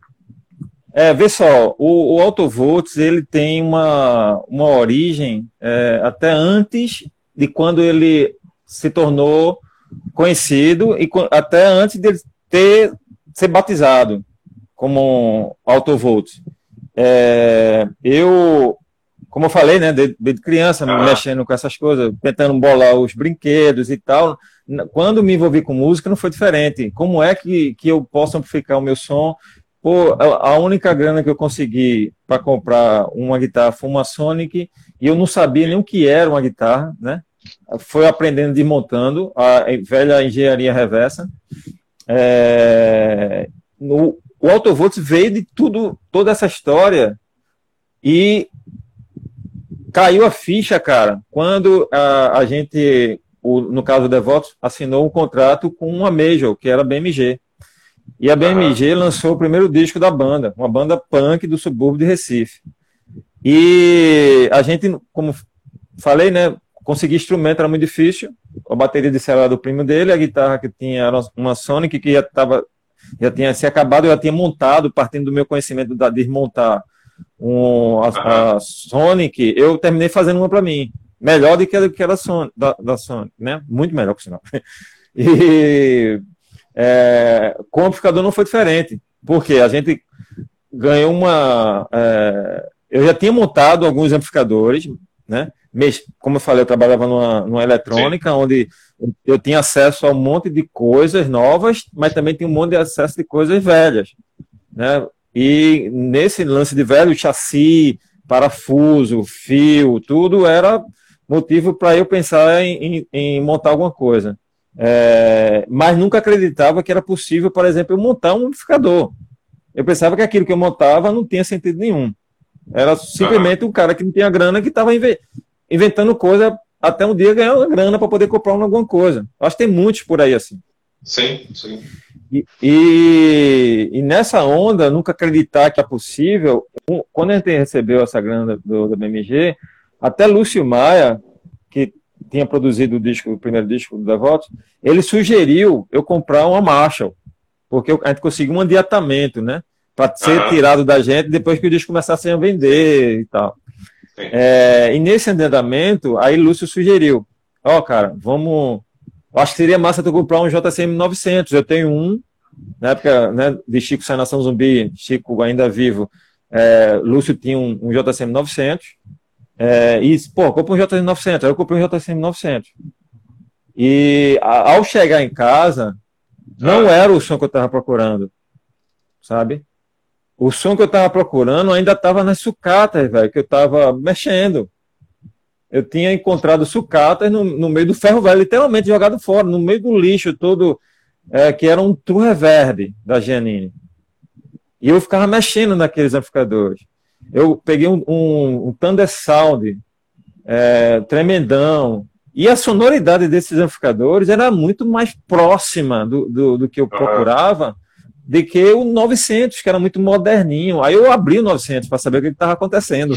É, vê só, o, o Alto Volts, ele tem uma, uma origem é, até antes de quando ele se tornou conhecido e até antes de ele ter, ser batizado como Alto Volts. É, eu, como eu falei, né, desde, desde criança, ah. mexendo com essas coisas, tentando bolar os brinquedos e tal, quando me envolvi com música não foi diferente. Como é que, que eu posso amplificar o meu som? Pô, a única grana que eu consegui para comprar uma guitarra foi uma Sonic e eu não sabia nem o que era uma guitarra, né? Foi aprendendo desmontando a velha engenharia reversa. É, no, o Alto Volts veio de tudo, toda essa história e caiu a ficha, cara, quando a, a gente, o, no caso do Devotos, assinou um contrato com uma Major, que era a B M G. E a B M G lançou o primeiro disco da banda, uma banda punk do subúrbio de Recife. E a gente, como falei, né, conseguir instrumento era muito difícil. A bateria de celular do primo dele, a guitarra que tinha era uma Sonic que já, tava, já tinha se acabado, eu já tinha montado, partindo do meu conhecimento da, de montar um, a, a Sonic, eu terminei fazendo uma para mim. Melhor do que a que era Sonic, da, da Sonic, né? Muito melhor, por sinal. E é, com o amplificador não foi diferente, porque a gente ganhou uma... É, eu já tinha montado alguns amplificadores, né? Como eu falei, eu trabalhava numa, numa eletrônica, Sim. onde eu tinha acesso a um monte de coisas novas, mas também tinha um monte de acesso de coisas velhas, né? E nesse lance de velho, chassi, parafuso, fio, tudo era motivo para eu pensar em, em, em montar alguma coisa. É, mas nunca acreditava que era possível, por exemplo, eu montar um amplificador. Eu pensava que aquilo que eu montava não tinha sentido nenhum. Era simplesmente um cara que não tinha grana que estava inventando coisa até um dia ganhar uma grana para poder comprar alguma coisa. Acho que tem muitos por aí assim. Sim, sim. E, e, e nessa onda, nunca acreditar que é possível, quando a gente recebeu essa grana do, do B M G, até Lúcio Maia, que tinha produzido o disco, o primeiro disco do Devoto, ele sugeriu eu comprar uma Marshall, porque a gente conseguiu um adiantamento, né? Para ser uhum. tirado da gente depois que o disco começasse a vender e tal. É, e nesse adiantamento, aí Lúcio sugeriu, ó, oh, cara, vamos... Eu acho que seria massa tu comprar um J C M novecentos. Eu tenho um, na época, né, de Chico Sai Nação Zumbi, Chico ainda vivo, é, Lúcio tinha um, um J C M novecentos. É, e, pô, comprei um J C M novecentos. Aí eu comprei um J C M novecentos. E a, ao chegar em casa, não ah. era o som que eu estava procurando, sabe? O som que eu estava procurando ainda estava nas sucatas, velho, que eu estava mexendo. Eu tinha encontrado sucatas no, no meio do ferro velho, literalmente jogado fora, no meio do lixo todo, é, que era um True Reverb da Giannini. E eu ficava mexendo naqueles amplificadores. Eu peguei um, um, um Thunder Sound é, tremendão, e a sonoridade desses amplificadores era muito mais próxima do, do, do que eu procurava do que o novecentos, que era muito moderninho. Aí eu abri o novecentos para saber o que estava acontecendo.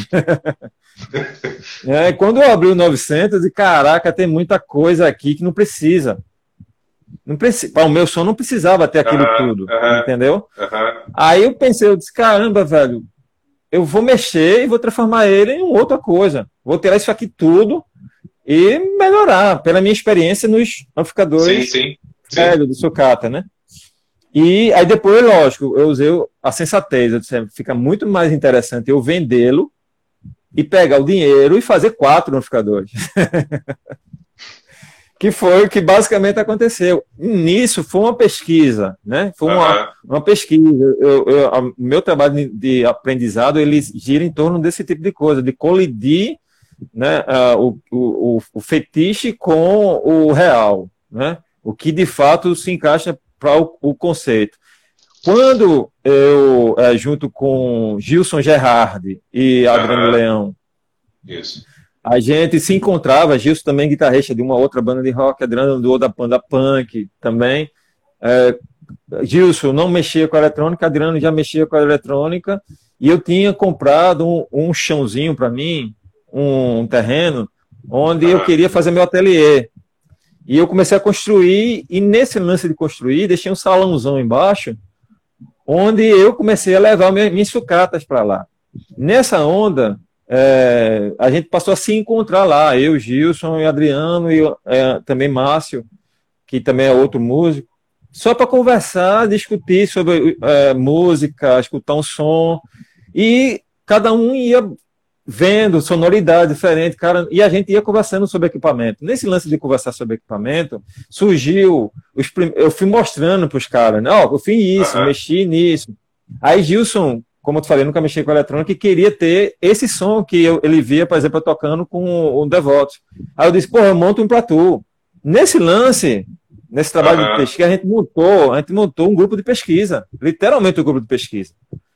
É, quando eu abri o novecentos, e caraca, tem muita coisa aqui que não precisa. Não precisa. Para o meu som não precisava ter aquilo uh-huh, tudo, uh-huh, entendeu? Uh-huh. Aí eu pensei, eu disse, caramba, velho, eu vou mexer e vou transformar ele em outra coisa. Vou tirar isso aqui tudo e melhorar, pela minha experiência nos amplificadores sim, sim, sim. velhos do sucata, né? E aí depois, lógico, eu usei a sensatez, eu disse, fica muito mais interessante eu vendê-lo e pegar o dinheiro e fazer quatro amplificadores. Que foi o que basicamente aconteceu. E nisso foi uma pesquisa, né? Foi uma, uhum. uma pesquisa. Eu, eu, o meu trabalho de aprendizado, ele gira em torno desse tipo de coisa, de colidir, né, uh, o, o, o fetiche com o real, né? O que de fato se encaixa para o, o conceito. Quando eu, é, junto com Gilson Gerardi e Adriano uhum. Leão, Isso. a gente se encontrava, Gilson também guitarrista de uma outra banda de rock, Adriano do da banda punk também. É, Gilson não mexia com a eletrônica, Adriano já mexia com a eletrônica, e eu tinha comprado um, um chãozinho para mim, um, um terreno, onde uhum. eu queria fazer meu ateliê. E eu comecei a construir, e nesse lance de construir, deixei um salãozão embaixo, onde eu comecei a levar minhas sucatas para lá. Nessa onda, é, a gente passou a se encontrar lá, eu, Gilson e Adriano, e é, também Márcio, que também é outro músico, só para conversar, discutir sobre é, música, escutar um som, e cada um ia vendo sonoridade diferente, cara, e a gente ia conversando sobre equipamento. Nesse lance de conversar sobre equipamento, surgiu, os prim... eu fui mostrando para os caras, né? Ó, eu fiz isso, uhum. mexi nisso. Aí Gilson, como eu te falei, nunca mexi com eletrônica e queria ter esse som que eu, ele via, por exemplo, eu tocando com o Devoto. Aí eu disse, pô, eu monto um pra tu. Nesse lance, nesse trabalho uhum. de pesquisa, a gente montou, a gente montou um grupo de pesquisa, literalmente um grupo de pesquisa,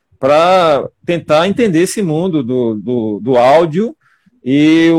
para tentar entender esse mundo do, do, do áudio e,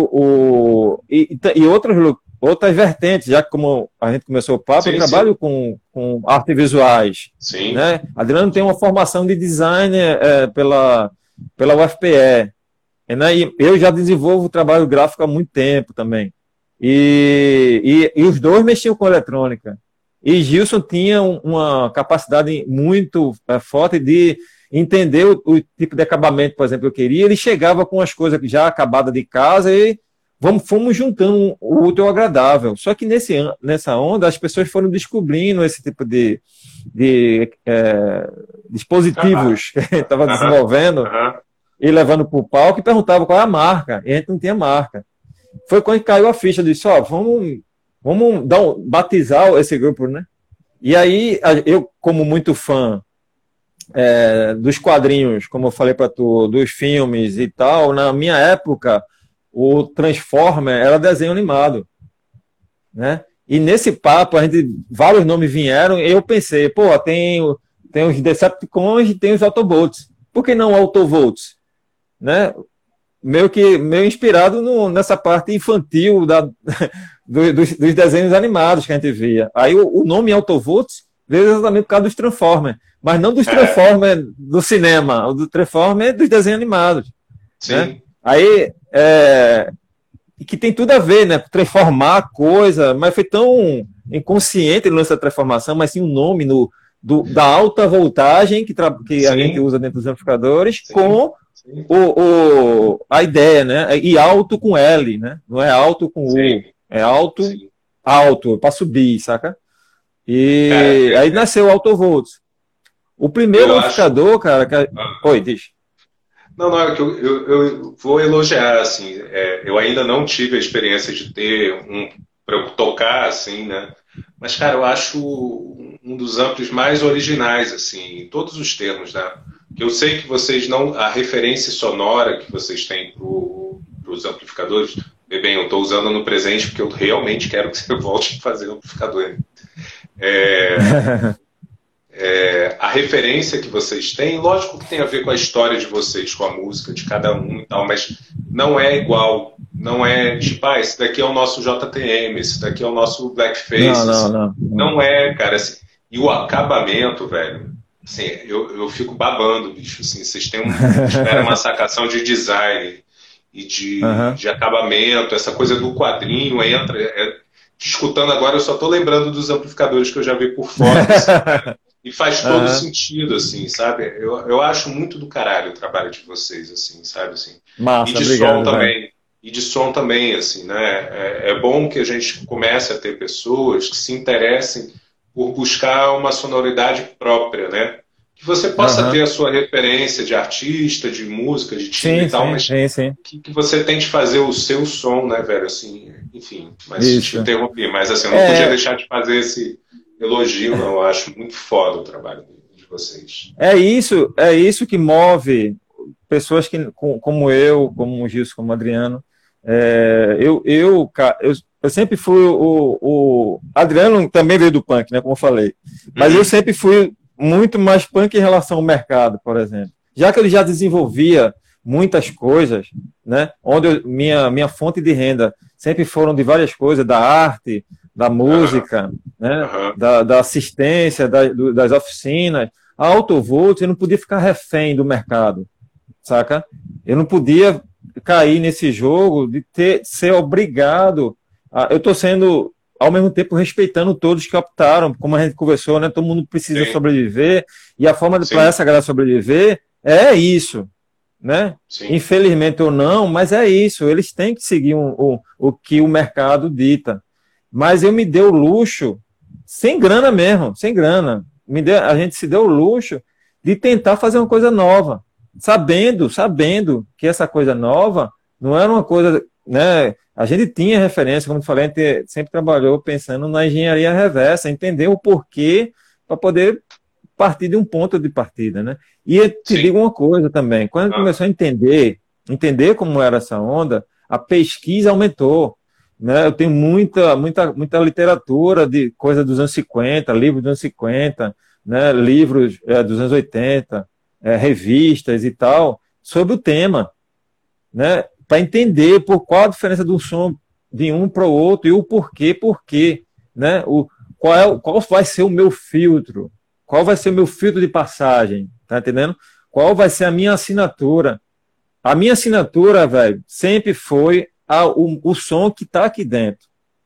o, e, e outras, outras vertentes, já que como a gente começou o papo, sim, eu trabalho com, com artes visuais. Sim. Né? Adriano tem uma formação de design é, pela, pela U F P E. Né? E eu já desenvolvo trabalho gráfico há muito tempo também. E, e, e os dois mexiam com eletrônica. E Gilson tinha uma capacidade muito é, forte de entender o, o tipo de acabamento, por exemplo, que eu queria. Ele chegava com as coisas já acabadas de casa e vamos, fomos juntando o útil ao agradável. Só que nesse, nessa onda, as pessoas foram descobrindo esse tipo de, de é, dispositivos uhum. que ele estava uhum. desenvolvendo uhum. e levando para o palco e perguntava qual é a marca. E a gente não tinha marca. Foi quando caiu a ficha, disse, ó, vamos, vamos dar um, batizar esse grupo, né? E aí, eu, como muito fã é, dos quadrinhos, como eu falei para tu, dos filmes e tal, na minha época, o Transformer era desenho animado, né? E nesse papo, a gente, vários nomes vieram e eu pensei, pô, tem, tem os Decepticons e tem os Autobots. Por que não Autobots? Né? Meio que meio inspirado no, nessa parte infantil da, do, dos, dos desenhos animados que a gente via. Aí o, o nome Autobots veio exatamente por causa dos Transformers, mas não dos Transformers do cinema, o do Transformers dos desenhos animados. Sim. Né? Aí, é, que tem tudo a ver, né? Transformar a coisa, mas foi tão inconsciente no lance da transformação, mas sim o um nome no, do, da alta voltagem que, que a gente usa dentro dos amplificadores, sim. com O, o, a ideia, né? E alto com L, né? Não é alto com U, sim. é alto, sim. alto, para subir, saca? E é, é, aí nasceu o Autovolts. O primeiro amplificador, acho... cara. Que... Ah. Oi, diz. Não, não, é que eu, eu, eu vou elogiar, assim. É, eu ainda não tive a experiência de ter um para eu tocar, assim, né? Mas, cara, eu acho um dos amplos mais originais, assim, em todos os termos, né? Eu sei que vocês não... A referência sonora que vocês têm para os amplificadores... Bem, eu estou usando no presente porque eu realmente quero que você volte a fazer amplificador. É, é, a referência que vocês têm, lógico que tem a ver com a história de vocês, com a música de cada um e tal, mas não é igual. Não é tipo, ah, esse daqui é o nosso J T M, esse daqui é o nosso Blackface. Não, não, assim. não, não. Não é, cara. Assim, e o acabamento, velho... Assim, eu, eu fico babando, bicho. Assim, vocês têm um, uma sacação de design e de, uhum. de acabamento, essa coisa do quadrinho, entra. É, escutando agora, eu só tô lembrando dos amplificadores que eu já vi por fora. Assim, e faz todo uhum. sentido, assim, sabe? Eu, eu acho muito do caralho o trabalho de vocês, assim, sabe? Assim. Massa, e de obrigado, som também. Véio. E de som também, assim, né? É, é bom que a gente comece a ter pessoas que se interessem por buscar uma sonoridade própria, né? Que você possa uhum. ter a sua referência de artista, de música, de time sim, e tal, sim, mas sim, sim. Que, que você tente fazer o seu som, né, velho? Assim, enfim, mas Isso. te interrompi, mas assim, eu não é... podia deixar de fazer esse elogio, não. Eu acho muito foda o trabalho de vocês. É isso, é isso que move pessoas que, como eu, como o Gilson, como o Adriano. É, eu, eu, eu Eu sempre fui o, o... Adriano também veio do punk, né, como eu falei. Mas uhum. eu sempre fui muito mais punk em relação ao mercado, por exemplo. Já que ele já desenvolvia muitas coisas, né, onde eu, minha, minha fonte de renda sempre foram de várias coisas, da arte, da música, uhum. né, uhum. da, da assistência, da, do, das oficinas. A Autovolts, eu não podia ficar refém do mercado, saca? Eu não podia cair nesse jogo de ter, ser obrigado... Eu estou sendo, ao mesmo tempo, respeitando todos que optaram, como a gente conversou, né? Todo mundo precisa Sim. sobreviver, e a forma para essa galera sobreviver é isso, né? Sim. Infelizmente ou não, mas é isso, eles têm que seguir um, um, o que o mercado dita. Mas eu me dei o luxo, sem grana mesmo, sem grana, me deu, a gente se deu o luxo de tentar fazer uma coisa nova, sabendo, sabendo que essa coisa nova não era uma coisa, né? A gente tinha referência, como eu falei, a gente sempre trabalhou pensando na engenharia reversa, entender o porquê para poder partir de um ponto de partida, né? E eu te Sim. digo uma coisa também, quando a gente ah. começou a entender, entender como era essa onda, a pesquisa aumentou, né? Eu tenho muita, muita, muita literatura de coisa dos anos cinquenta, livros dos anos cinquenta, né? Livros é, dos anos oitenta, é, revistas e tal, sobre o tema, né? Para entender por qual a diferença do som de um para o outro e o porquê, porquê, né? O, qual, é, qual vai ser o meu filtro, qual vai ser o meu filtro de passagem, tá entendendo? Qual vai ser a minha assinatura. A minha assinatura, velho, sempre foi a, o, o som que está aqui dentro.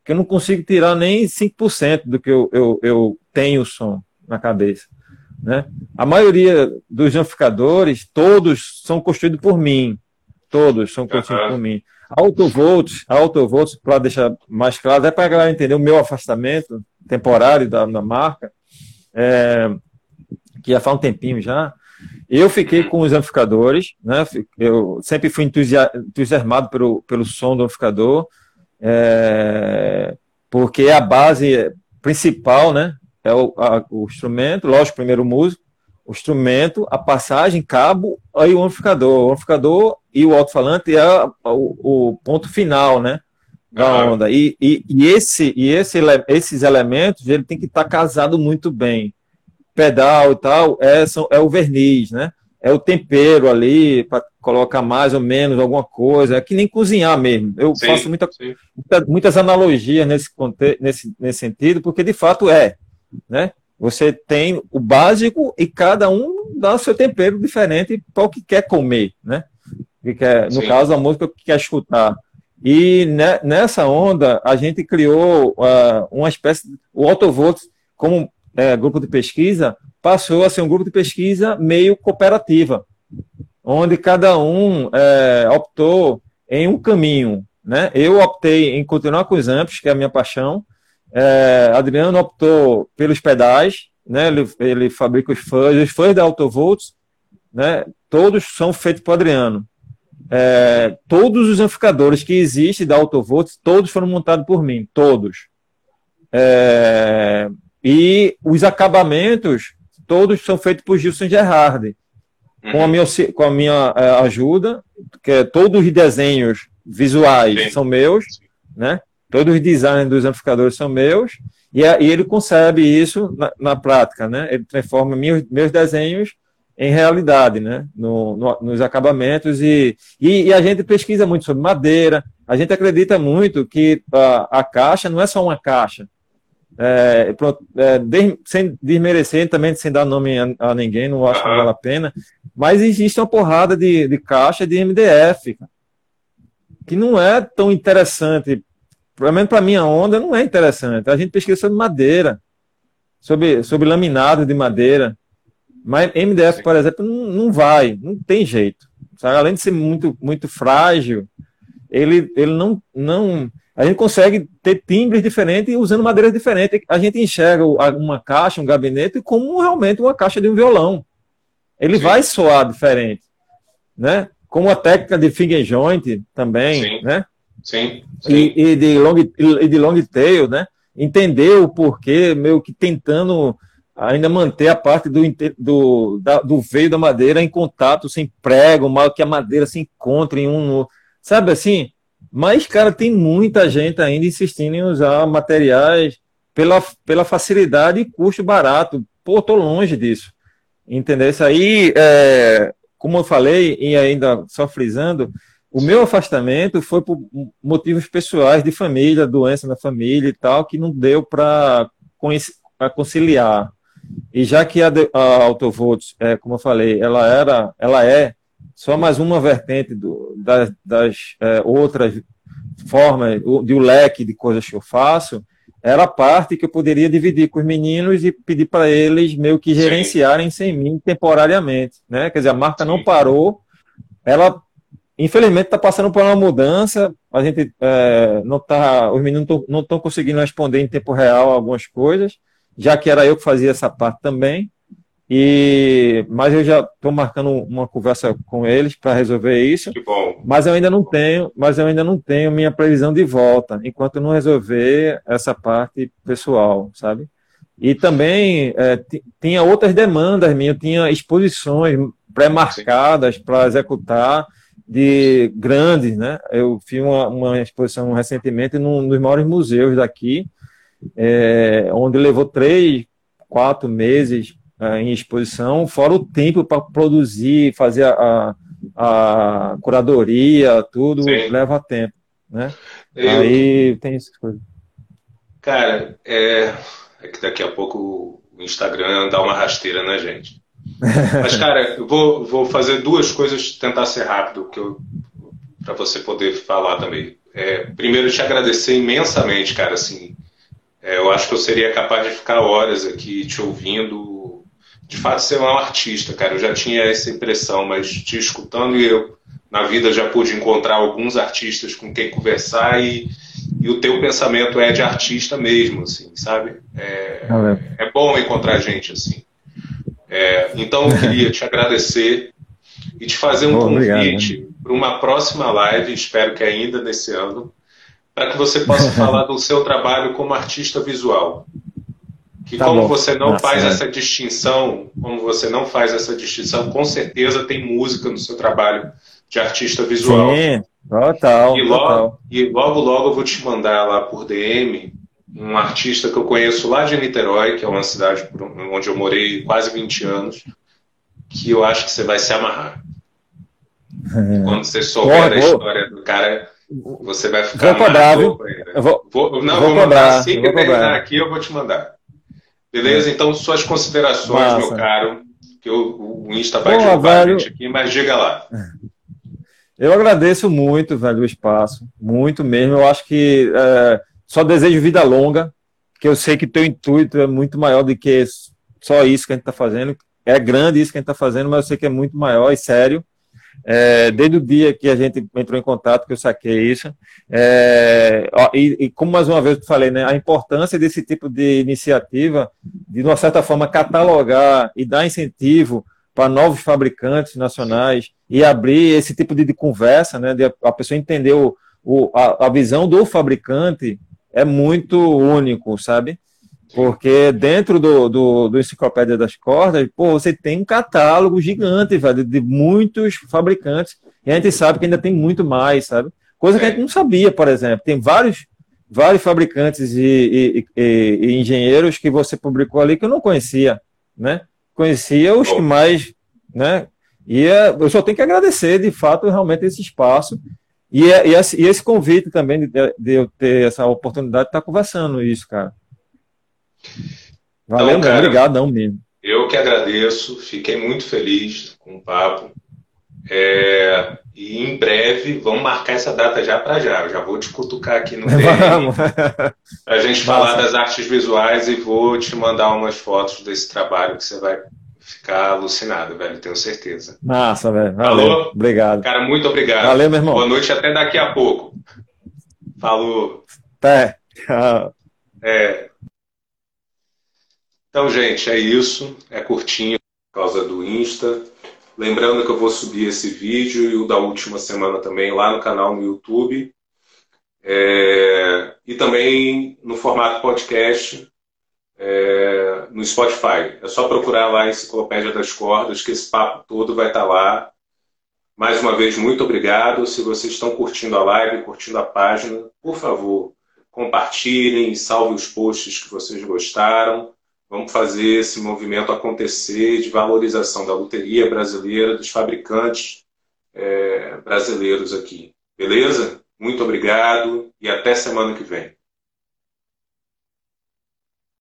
que eu não consigo tirar nem cinco por cento do que eu, eu, eu tenho o som na cabeça, né? A maioria dos amplificadores, todos são construídos por mim. Todos são construídos por mim. Autovolts, Autovolts, para deixar mais claro, é para a galera entender o meu afastamento temporário da, da marca, é, que já faz um tempinho já. Eu fiquei com os amplificadores, né? Eu sempre fui entusiasmado pelo, pelo som do amplificador, é, porque é a base principal, né? É o, a, o instrumento, lógico, primeiro o músico, o instrumento, a passagem, cabo, aí o amplificador. O amplificador e o alto-falante é o, o ponto final, né, da onda. E, e, e, esse, e esse, esses elementos, ele tem que estar casado muito bem. Pedal e tal, é, são, é o verniz, né? É o tempero ali, para colocar mais ou menos alguma coisa. É que nem cozinhar mesmo. Eu sim, faço muita, muita, muitas analogias nesse, nesse, nesse sentido, porque de fato é, né? Você tem o básico e cada um dá o seu tempero diferente para o que quer comer, né? Que quer, no Sim. caso, a música que quer escutar. E ne, nessa onda, a gente criou uh, uma espécie... O Autovolts, como é, grupo de pesquisa, passou a ser um grupo de pesquisa meio cooperativa, onde cada um é, optou em um caminho, né? Eu optei em continuar com os amps, que é a minha paixão. É, Adriano optou pelos pedais, né? ele, ele fabrica os fãs, os fãs da Autovolts, né? Todos são feitos por Adriano. É, todos os amplificadores que existem da Autovolts, todos foram montados por mim, todos. É, e os acabamentos, todos são feitos por Gilson Gerardi, com a minha, com a minha é, ajuda, que é, todos os desenhos visuais Sim. são meus, né? Todos os designs dos amplificadores são meus, e, a, e ele concebe isso na, na prática, né? Ele transforma meus, meus desenhos em realidade, né? No, no, nos acabamentos, e, e, e a gente pesquisa muito sobre madeira, a gente acredita muito que a, a caixa não é só uma caixa. É, pronto, é, de, sem desmerecer, também sem dar nome a, a ninguém, não acho que vale a pena, mas existe uma porrada de, de caixa de M D F, que não é tão interessante. Pelo menos para a minha onda, não é interessante. A gente pesquisa sobre madeira, sobre, sobre laminado de madeira. Mas M D F, por exemplo, não, não vai, não tem jeito. Sabe? Além de ser muito, muito frágil, ele, ele não, não. A gente consegue ter timbres diferentes usando madeiras diferentes. A gente enxerga uma caixa, um gabinete, como realmente uma caixa de um violão. Ele Sim. vai soar diferente. Né? Como a técnica de finger joint também, Sim. né? Sim, sim. E, e, de long, e de long tail, né? Entender o porquê, meio que tentando ainda manter a parte do, do, da, do veio da madeira em contato, sem prego, mal que a madeira se encontre em um no... Sabe assim? Mas, cara, tem muita gente ainda insistindo em usar materiais pela, pela facilidade e custo barato. Pô, tô longe disso. Entendeu? Isso aí, é, como eu falei, e ainda só frisando, o meu afastamento foi por motivos pessoais de família, doença na família e tal, que não deu para conciliar. E já que a, a Autovolts, é, como eu falei, ela, era, ela é só mais uma vertente do, das, das é, outras formas, de um leque de coisas que eu faço, era a parte que eu poderia dividir com os meninos e pedir para eles meio que gerenciarem Sim. sem mim temporariamente. Né? Quer dizer, a marca Sim. não parou, ela... Infelizmente está passando por uma mudança, a gente é, não tá, os meninos não estão conseguindo responder em tempo real algumas coisas, já que era eu que fazia essa parte também, e, mas eu já estou marcando uma conversa com eles para resolver isso, que bom. mas eu ainda não tenho, mas eu ainda não tenho minha previsão de volta, enquanto eu não resolver essa parte pessoal, sabe? E também é, tinha outras demandas minhas, tinha exposições pré-marcadas para executar, de grandes, né? Eu fiz uma, uma exposição recentemente num dos maiores museus daqui, é, onde levou três, quatro meses é, em exposição, fora o tempo para produzir, fazer a, a curadoria, tudo Sim. leva tempo, né? Eu... Aí tem essas coisas. Cara, é... é que daqui a pouco o Instagram dá uma rasteira na gente. Mas, cara, eu vou, vou fazer duas coisas, tentar ser rápido, para você poder falar também. é, primeiro te agradecer imensamente, cara, assim, é, eu acho que eu seria capaz de ficar horas aqui te ouvindo, de fato ser um artista, cara, eu já tinha essa impressão, mas te escutando e eu, na vida, já pude encontrar alguns artistas com quem conversar e, e o teu pensamento é de artista mesmo, assim, sabe? É, é bom encontrar gente assim. É, então eu queria te agradecer e te fazer um convite para uma próxima live, espero que ainda nesse ano, para que você possa falar do seu trabalho como artista visual. Que tá como bom. Você não Nossa, faz é. essa distinção, como você não faz essa distinção, com certeza tem música no seu trabalho de artista visual. Sim, total. E logo, total. E logo, logo eu vou te mandar lá por D M um artista que eu conheço lá de Niterói, que é uma cidade onde eu morei quase vinte anos, que eu acho que você vai se amarrar. É. Quando você souber Porra, da vou... história do cara, você vai ficar vou cobrar, viu? Eu vou, vou, não, vou, vou mandar. Assim que terminar aqui, eu vou te mandar. Beleza? É. Então, suas considerações, Massa. Meu caro, que eu, o Insta vai Porra, derrubar velho... a gente aqui, mas diga lá. Eu agradeço muito, velho, o espaço. Muito mesmo. Eu acho que é, só desejo vida longa, que eu sei que teu intuito é muito maior do que só isso que a gente está fazendo. É grande isso que a gente está fazendo, mas eu sei que é muito maior e sério. É, desde o dia que a gente entrou em contato, que eu saquei isso. É, e, e como mais uma vez eu falei, né, a importância desse tipo de iniciativa, de, de uma certa forma, catalogar e dar incentivo para novos fabricantes nacionais e abrir esse tipo de, de conversa, né, de a pessoa entender o, o, a, a visão do fabricante é muito único, sabe? Porque dentro do, do, do Enciclopédia das Cordas, pô, você tem um catálogo gigante, velho, de muitos fabricantes, e a gente sabe que ainda tem muito mais, sabe? Coisa que a gente não sabia, por exemplo. Tem vários, vários fabricantes e, e, e, e engenheiros que você publicou ali que eu não conhecia, né? Conhecia os que mais, né? E eu só tenho que agradecer, de fato, realmente esse espaço e, e, esse, e esse convite também de, de eu ter essa oportunidade de estar conversando isso, cara. Valeu, então, cara, obrigadão mesmo. Eu que agradeço, fiquei muito feliz com o papo. É, e em breve, vamos marcar essa data já para já. Eu já vou te cutucar aqui no D M para a gente falar das artes visuais e vou te mandar umas fotos desse trabalho que você vai ficar alucinado, velho, tenho certeza. Massa, velho. Valeu. Falou? Obrigado. Cara, muito obrigado. Valeu, meu irmão. Boa noite, até daqui a pouco. Falou. Até. Tchau. É. Então, gente, é isso. É curtinho por causa do Insta. Lembrando que eu vou subir esse vídeo e o da última semana também lá no canal no YouTube. É... E também no formato podcast é... no Spotify. É só procurar lá a Enciclopédia das Cordas, que esse papo todo vai estar lá. Mais uma vez, muito obrigado. Se vocês estão curtindo a live, curtindo a página, por favor, compartilhem e salvem os posts que vocês gostaram. Vamos fazer esse movimento acontecer de valorização da luteria brasileira, dos fabricantes é, brasileiros aqui. Beleza? Muito obrigado e até semana que vem.